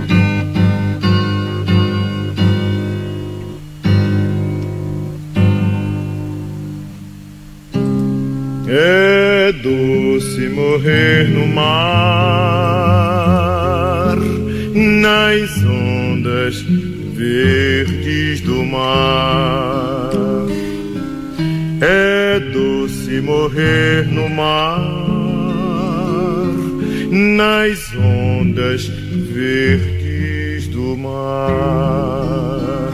É doce morrer no mar, nas ondas verdes do mar. É doce morrer no mar, nas ondas verdes do mar.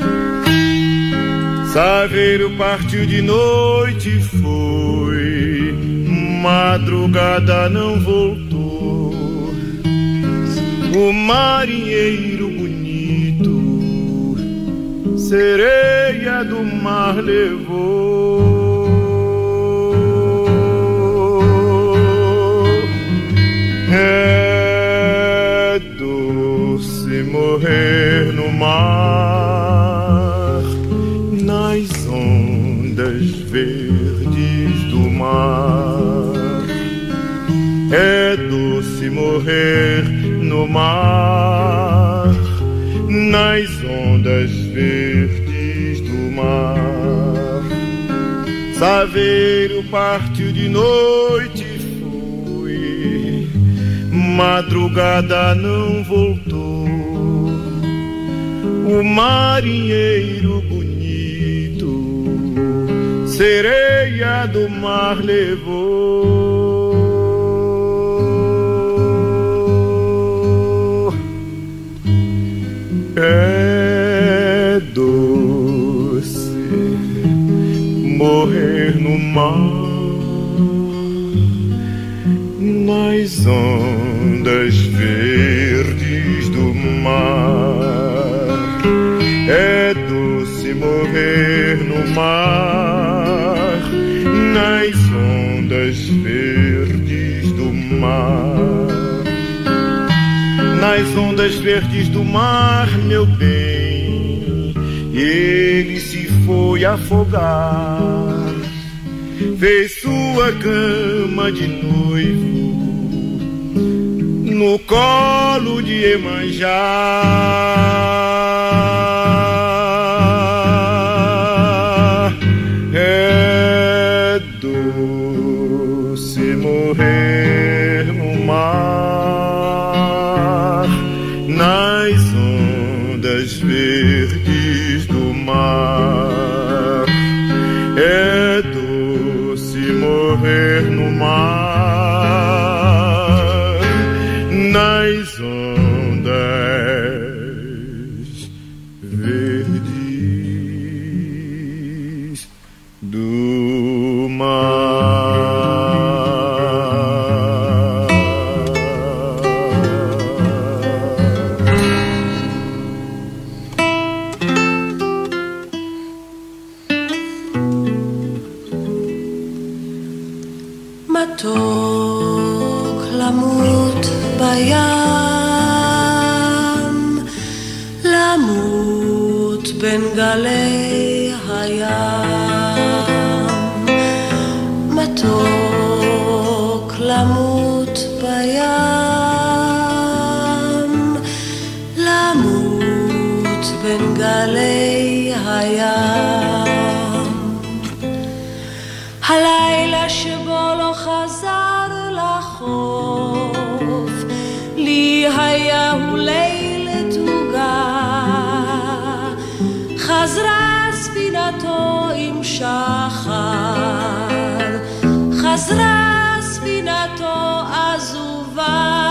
Saveiro partiu de noite e foi, madrugada não voltou. O marinheiro bonito, sereia do mar levou. É doce morrer no mar, nas ondas verdes do mar. É doce morrer no mar, nas ondas verdes do mar. Saveiro partiu de noite e foi, madrugada não voltou. O marinheiro bonito, sereia do mar levou. É doce morrer no mar, nas ondas verdes do mar. É doce morrer no mar, nas ondas verdes do mar. Nas ondas verdes do mar, meu bem, ele se foi afogar. Fez sua cama de noivo no colo de Iemanjá. É doce morrer no mar, nas ondas verdes do mar. sondas verdes do mar. מתוק למות בים, למות בין גלי הים. מתוק למות בים, למות בין גלי הים. הלילה שבו לא חזר לחוף, לי היה הוא ליל תוגה. חזרה ספינתו עם שחר, חזרה ספינתו עזובה.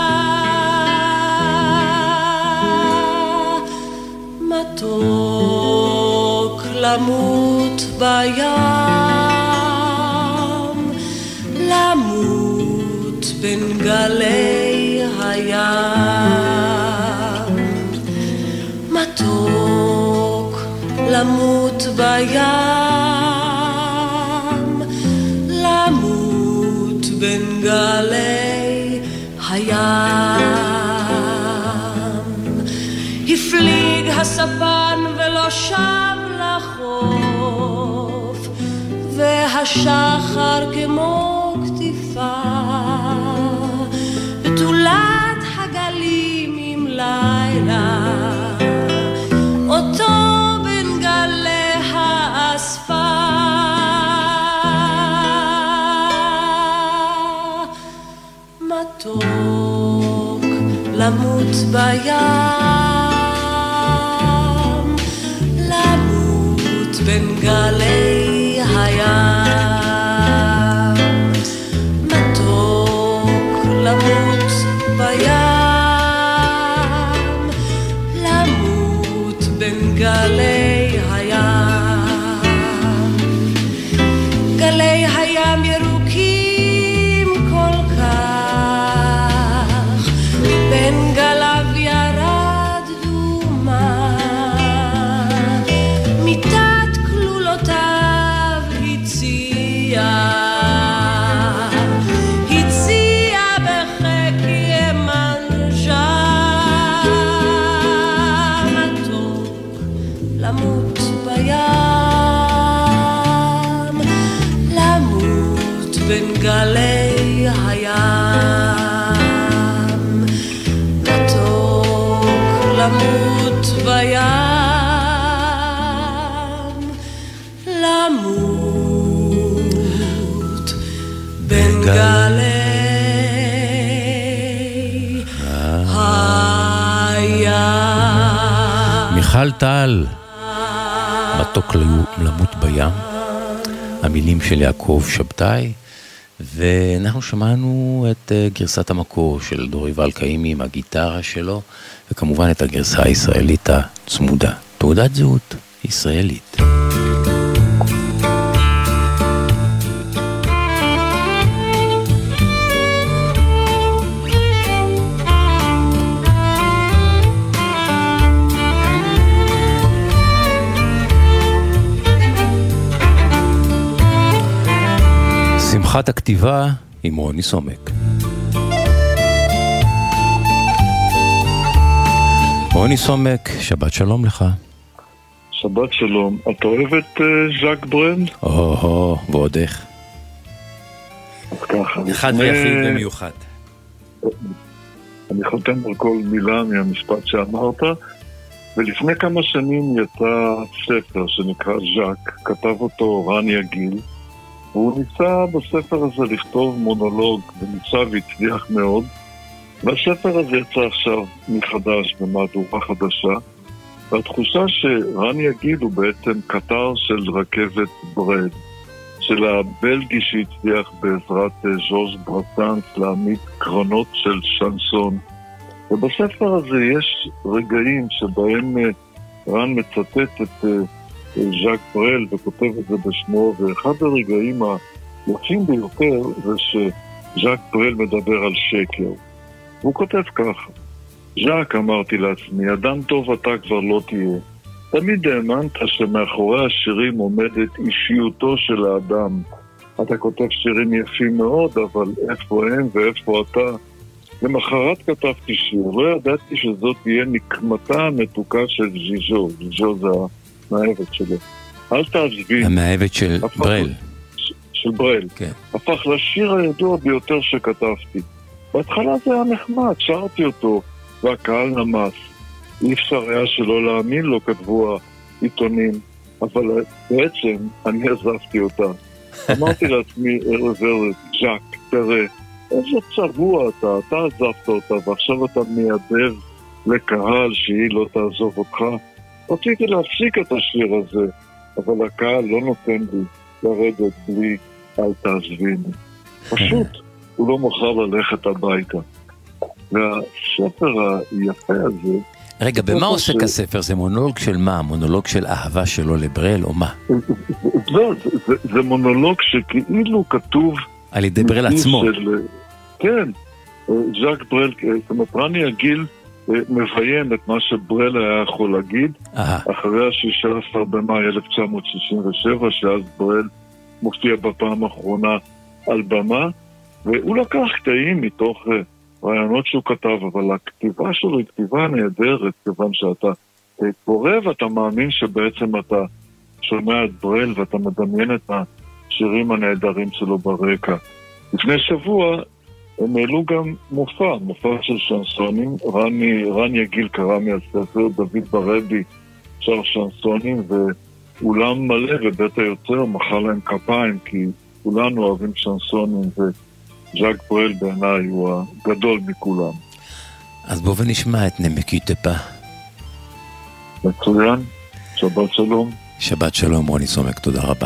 מתוק למות בים, למות בין גלי הים. מתוק למות בים, למות בין גלי הים. הפליג הספן ולא שב לחוף, והשחר כמו כתיפה, בתולת הגלים עם לילה, אותו בין גלי האספה. מתוק למות בים, למות בין גלי הים. מתוק למות בים, למות בין גלי הים. גלי הים ירוקים כל כך, בין גליו ירד דומה, מיטת כלולותיו הציע, הציע בחיק ימנז'ה. מתוק למות בים, למות בין גלי הים. מתוק למות בים, למות בין גלי הים. מיכל טל, מתוק למות בים, המילים של יעקב שבתאי, ואנחנו שמענו את גרסת המקור של דור יובל קיימי עם הגיטרה שלו, וכמובן את הגרסה הישראלית הצמודה, תעודת זהות ישראלית. שמחת הכתיבה עם רוני סומק. רוני סומק, שבת שלום לך. שבת שלום. אתה אוהב את uh, ז'אק ברנד? או-הו, ועוד איך. אז ככה. אחד ויחיד במיוחד. אני חותם על כל מילה מהמשפט שאמרת, ולפני כמה שנים יצא ספר שנקרא ז'אק, כתב אותו רני יגיל, והוא ניסה בספר הזה לכתוב מונולוג, וניסה והצליח מאוד, והספר הזה יצא עכשיו מחדש במהדורה חדשה, והתחושה שרני יגיל הוא בעצם קטר של רכבת ברד, של הבלגי שהצליח בעזרת ז'וז' ברסנס להעמיד קרנות של שנסון, ובספר הזה יש רגעים שבהם רן מצטט את ז'אק ברל וכותב את זה בשמו, ואחד הרגעים היפים ביותר זה שז'אק ברל מדבר על שקר. הוא כותב ככה: ז'אק, אמרתי לעצמי, אדם טוב אתה כבר לא תהיה. תמיד האמנת שמאחורי השירים עומדת אישיותו של האדם. אתה כותב שירים יפים מאוד, אבל איפה הם ואיפה אתה? למחרת כתבתי שיר, לא ידעתי שזאת תהיה נקמתה המתוקה של ז'יז'ו. ז'יז'ו זה המאהבת שלו. אל תעזבי. המאהבת של ברל. ש, של ברל. כן. הפך לשיר הידוע ביותר שכתבתי. בהתחלה זה היה נחמד, שרתי אותו, והקהל נמס. אי אפשר היה שלא להאמין לו, כתבו העיתונים, אבל בעצם אני עזבתי אותה. אמרתי לעצמי, ערב ערב, ז'אק, תראה, איזה צבוע אתה, אתה עזבת אותה, ועכשיו אתה מיידב לקהל שהיא לא תעזוב אותך. רציתי להפסיק את השיר הזה, אבל הקהל לא נותן לי לרדת בלי אל תעזביני. פשוט, הוא לא מוכר ללכת הביתה. והספר היפה הזה... רגע, במה עוסק ש... הספר? זה מונולוג של מה? מונולוג של אהבה שלו לברל או מה? לא, זה, זה, זה מונולוג שכאילו כתוב... על ידי ברל עצמו. של, כן, ז'אק ברל, זאת אומרת, רני הגיל מביים את מה שברל היה יכול להגיד, אחרי ה-שישה עשר במאי אלף תשע מאות שישים ושבע, שאז ברל מופיע בפעם האחרונה על במה, והוא לקח קטעים מתוך רעיונות שהוא כתב, אבל הכתיבה שלו היא כתיבה נהדרת, כיוון שאתה קורא ואתה מאמין שבעצם אתה שומע את ברל ואתה מדמיין את השירים הנהדרים שלו ברקע. לפני שבוע הם העלו גם מופע, מופע של שנסונים, רני, רני הגיל קרא מהספר, דוד ברבי שר שנסונים, ואולם מלא ובית היוצר מחא להם כפיים, כי כולנו אוהבים שנסונים, וז'אק ברל בעיניי הוא הגדול מכולם. אז בואו ונשמע את נמקי טפה. מצוין, שבת שלום. שבת שלום, רוני סומק, תודה רבה.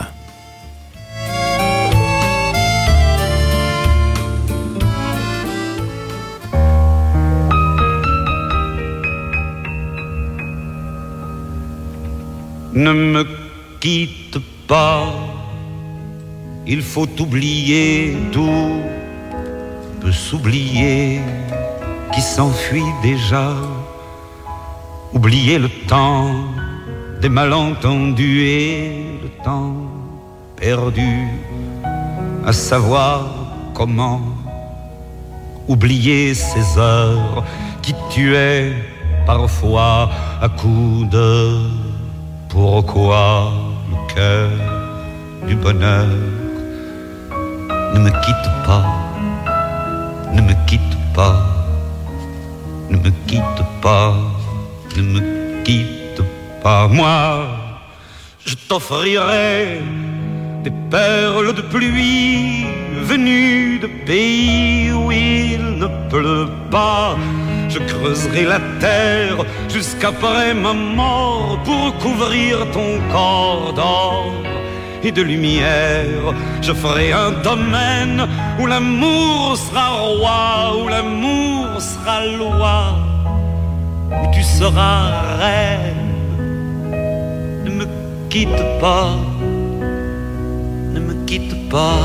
Ne me quitte pas, il faut oublier, tout peut s'oublier, qui s'enfuit déjà. Oublier le temps des malentendus et le temps perdu, à savoir comment oublier ces heures qui tuaient parfois à coups de pourquoi le cœur du bonheur ne me quitte pas, ne me quitte pas, ne me quitte pas, ne me quitte pas. Moi, je t'offrirai des perles de pluie venues de pays où il ne pleut pas. Je creuserai la terre jusqu'après ma mort pour couvrir ton corps d'or et de lumière. Je ferai un domaine où l'amour sera roi, où l'amour sera loi, où tu seras reine. Ne me quitte pas, ne me quitte pas,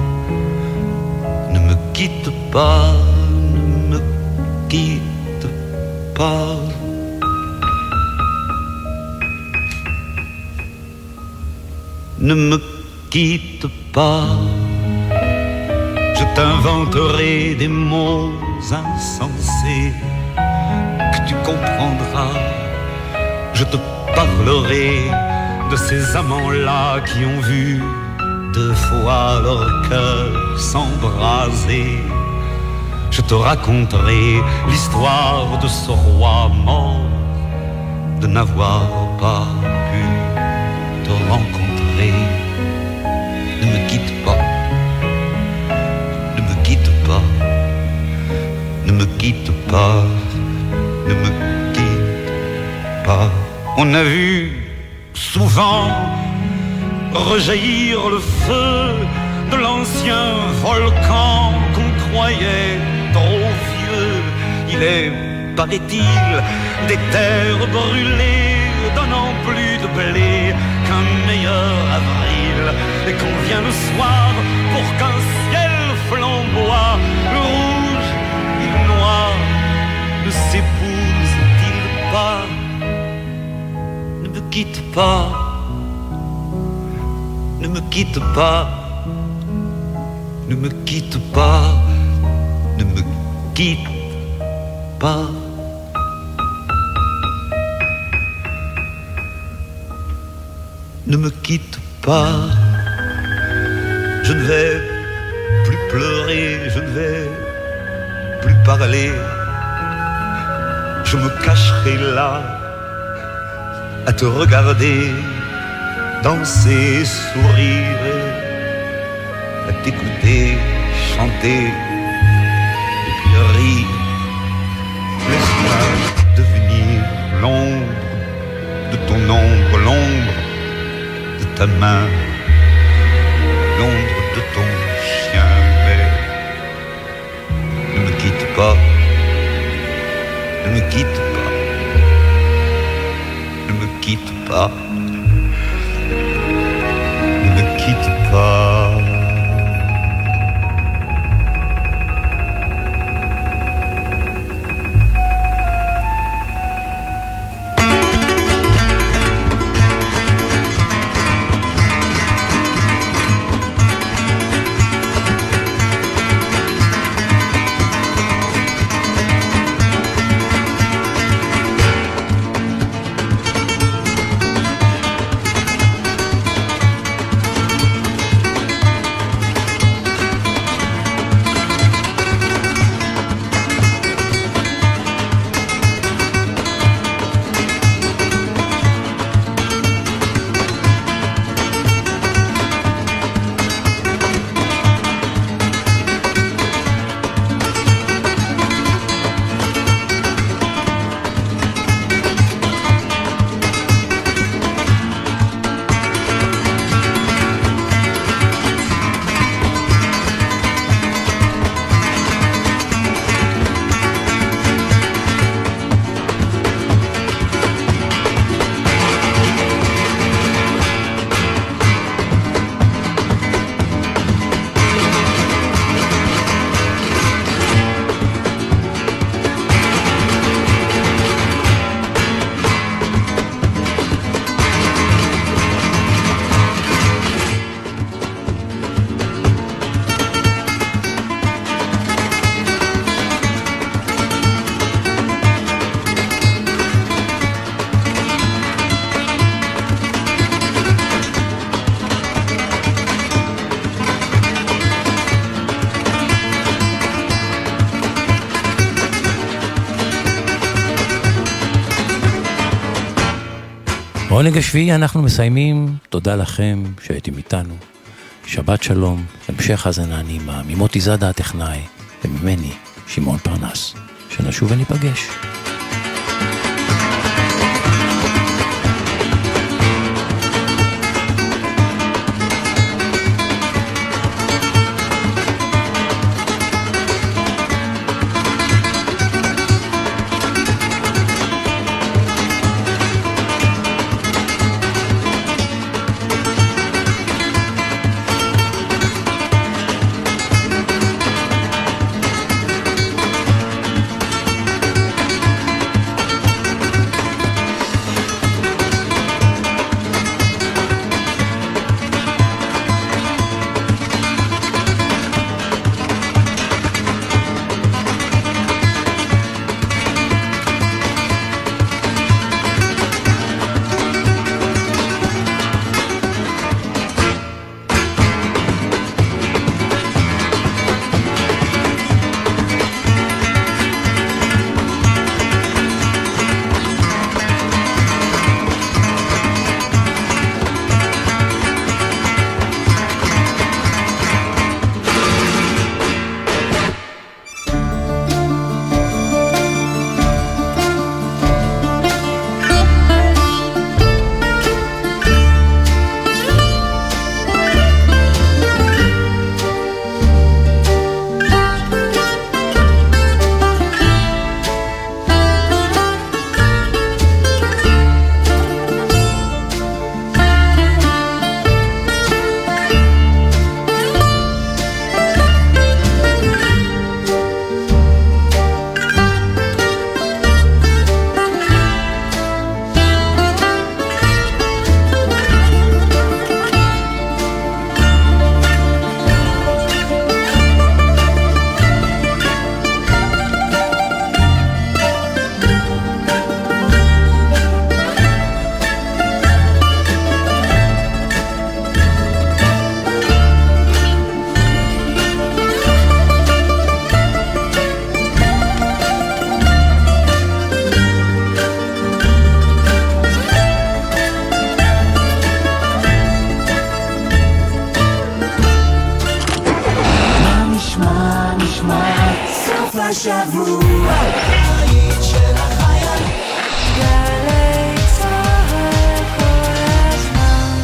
ne me quitte pas, ne me quitte pas. Ne me quitte pas, je t'inventerai des mots insensés que tu comprendras. Je te parlerai de ces amants-là qui ont vu deux fois leur cœur s'embraser. Je te raconterai l'histoire de ce roi mort, de n'avoir pas pu te rencontrer. Ne me quitte pas, ne me quitte pas, ne me quitte pas, ne me quitte pas. On a vu souvent rejaillir le feu de l'ancien volcan qu'on croyait trop vieux. Il est paraît-il, des terres brûlées, donnant plus de blé qu'un meilleur avril. Et qu'on vient le soir pour qu'un ciel flamboie, le rouge et le noir ne s'épousent-ils pas? Ne me quitte pas, ne me quitte pas, ne me quitte pas, ne me quitte pas. Ne me quitte pas, je ne vais plus pleurer, je ne vais plus parler, je me cacherai là à te regarder, danser, sourire, à t'écouter, chanter et puis rire. Laisse-moi devenir l'ombre de ton ombre, l'ombre de ta main, l'ombre de ton chien, mais ne me quitte pas, ne me quitte pas, ne me quitte pas, ne me quitte pas. עונג השביעי אנחנו מסיימים, תודה לכם שהייתם איתנו, שבת שלום, המשך האזנה נעימה, ממוטי זאדה הטכנאי, וממני שמעון פרנס, שנשוב וניפגש. השבוע, הבית של החיילים. גלי צהל כל הזמן.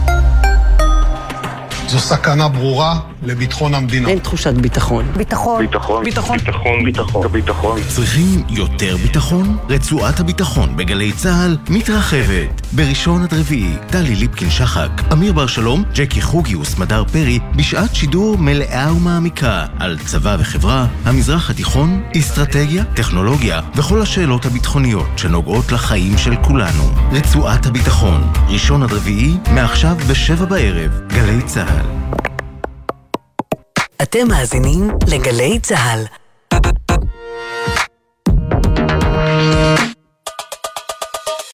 זו סכנה ברורה לביטחון המדינה. אין תחושת ביטחון. ביטחון. ביטחון. ביטחון. ביטחון. ביטחון. ביטחון. צריכים יותר ביטחון? רצועת הביטחון בגלי צהל מתרחבת. בראשון עד רביעי, טלי ליפקין שחק, אמיר בר שלום, ג'קי חוגי וסמדר פרי, בשעת שידור מלאה ומעמיקה על צבא וחברה, המזרח התיכון, אסטרטגיה, טכנולוגיה וכל השאלות הביטחוניות שנוגעות לחיים של כולנו. רצועת הביטחון, ראשון עד רביעי, מעכשיו בשבע בערב, גלי צהל. אתם מאזינים לגלי צהל.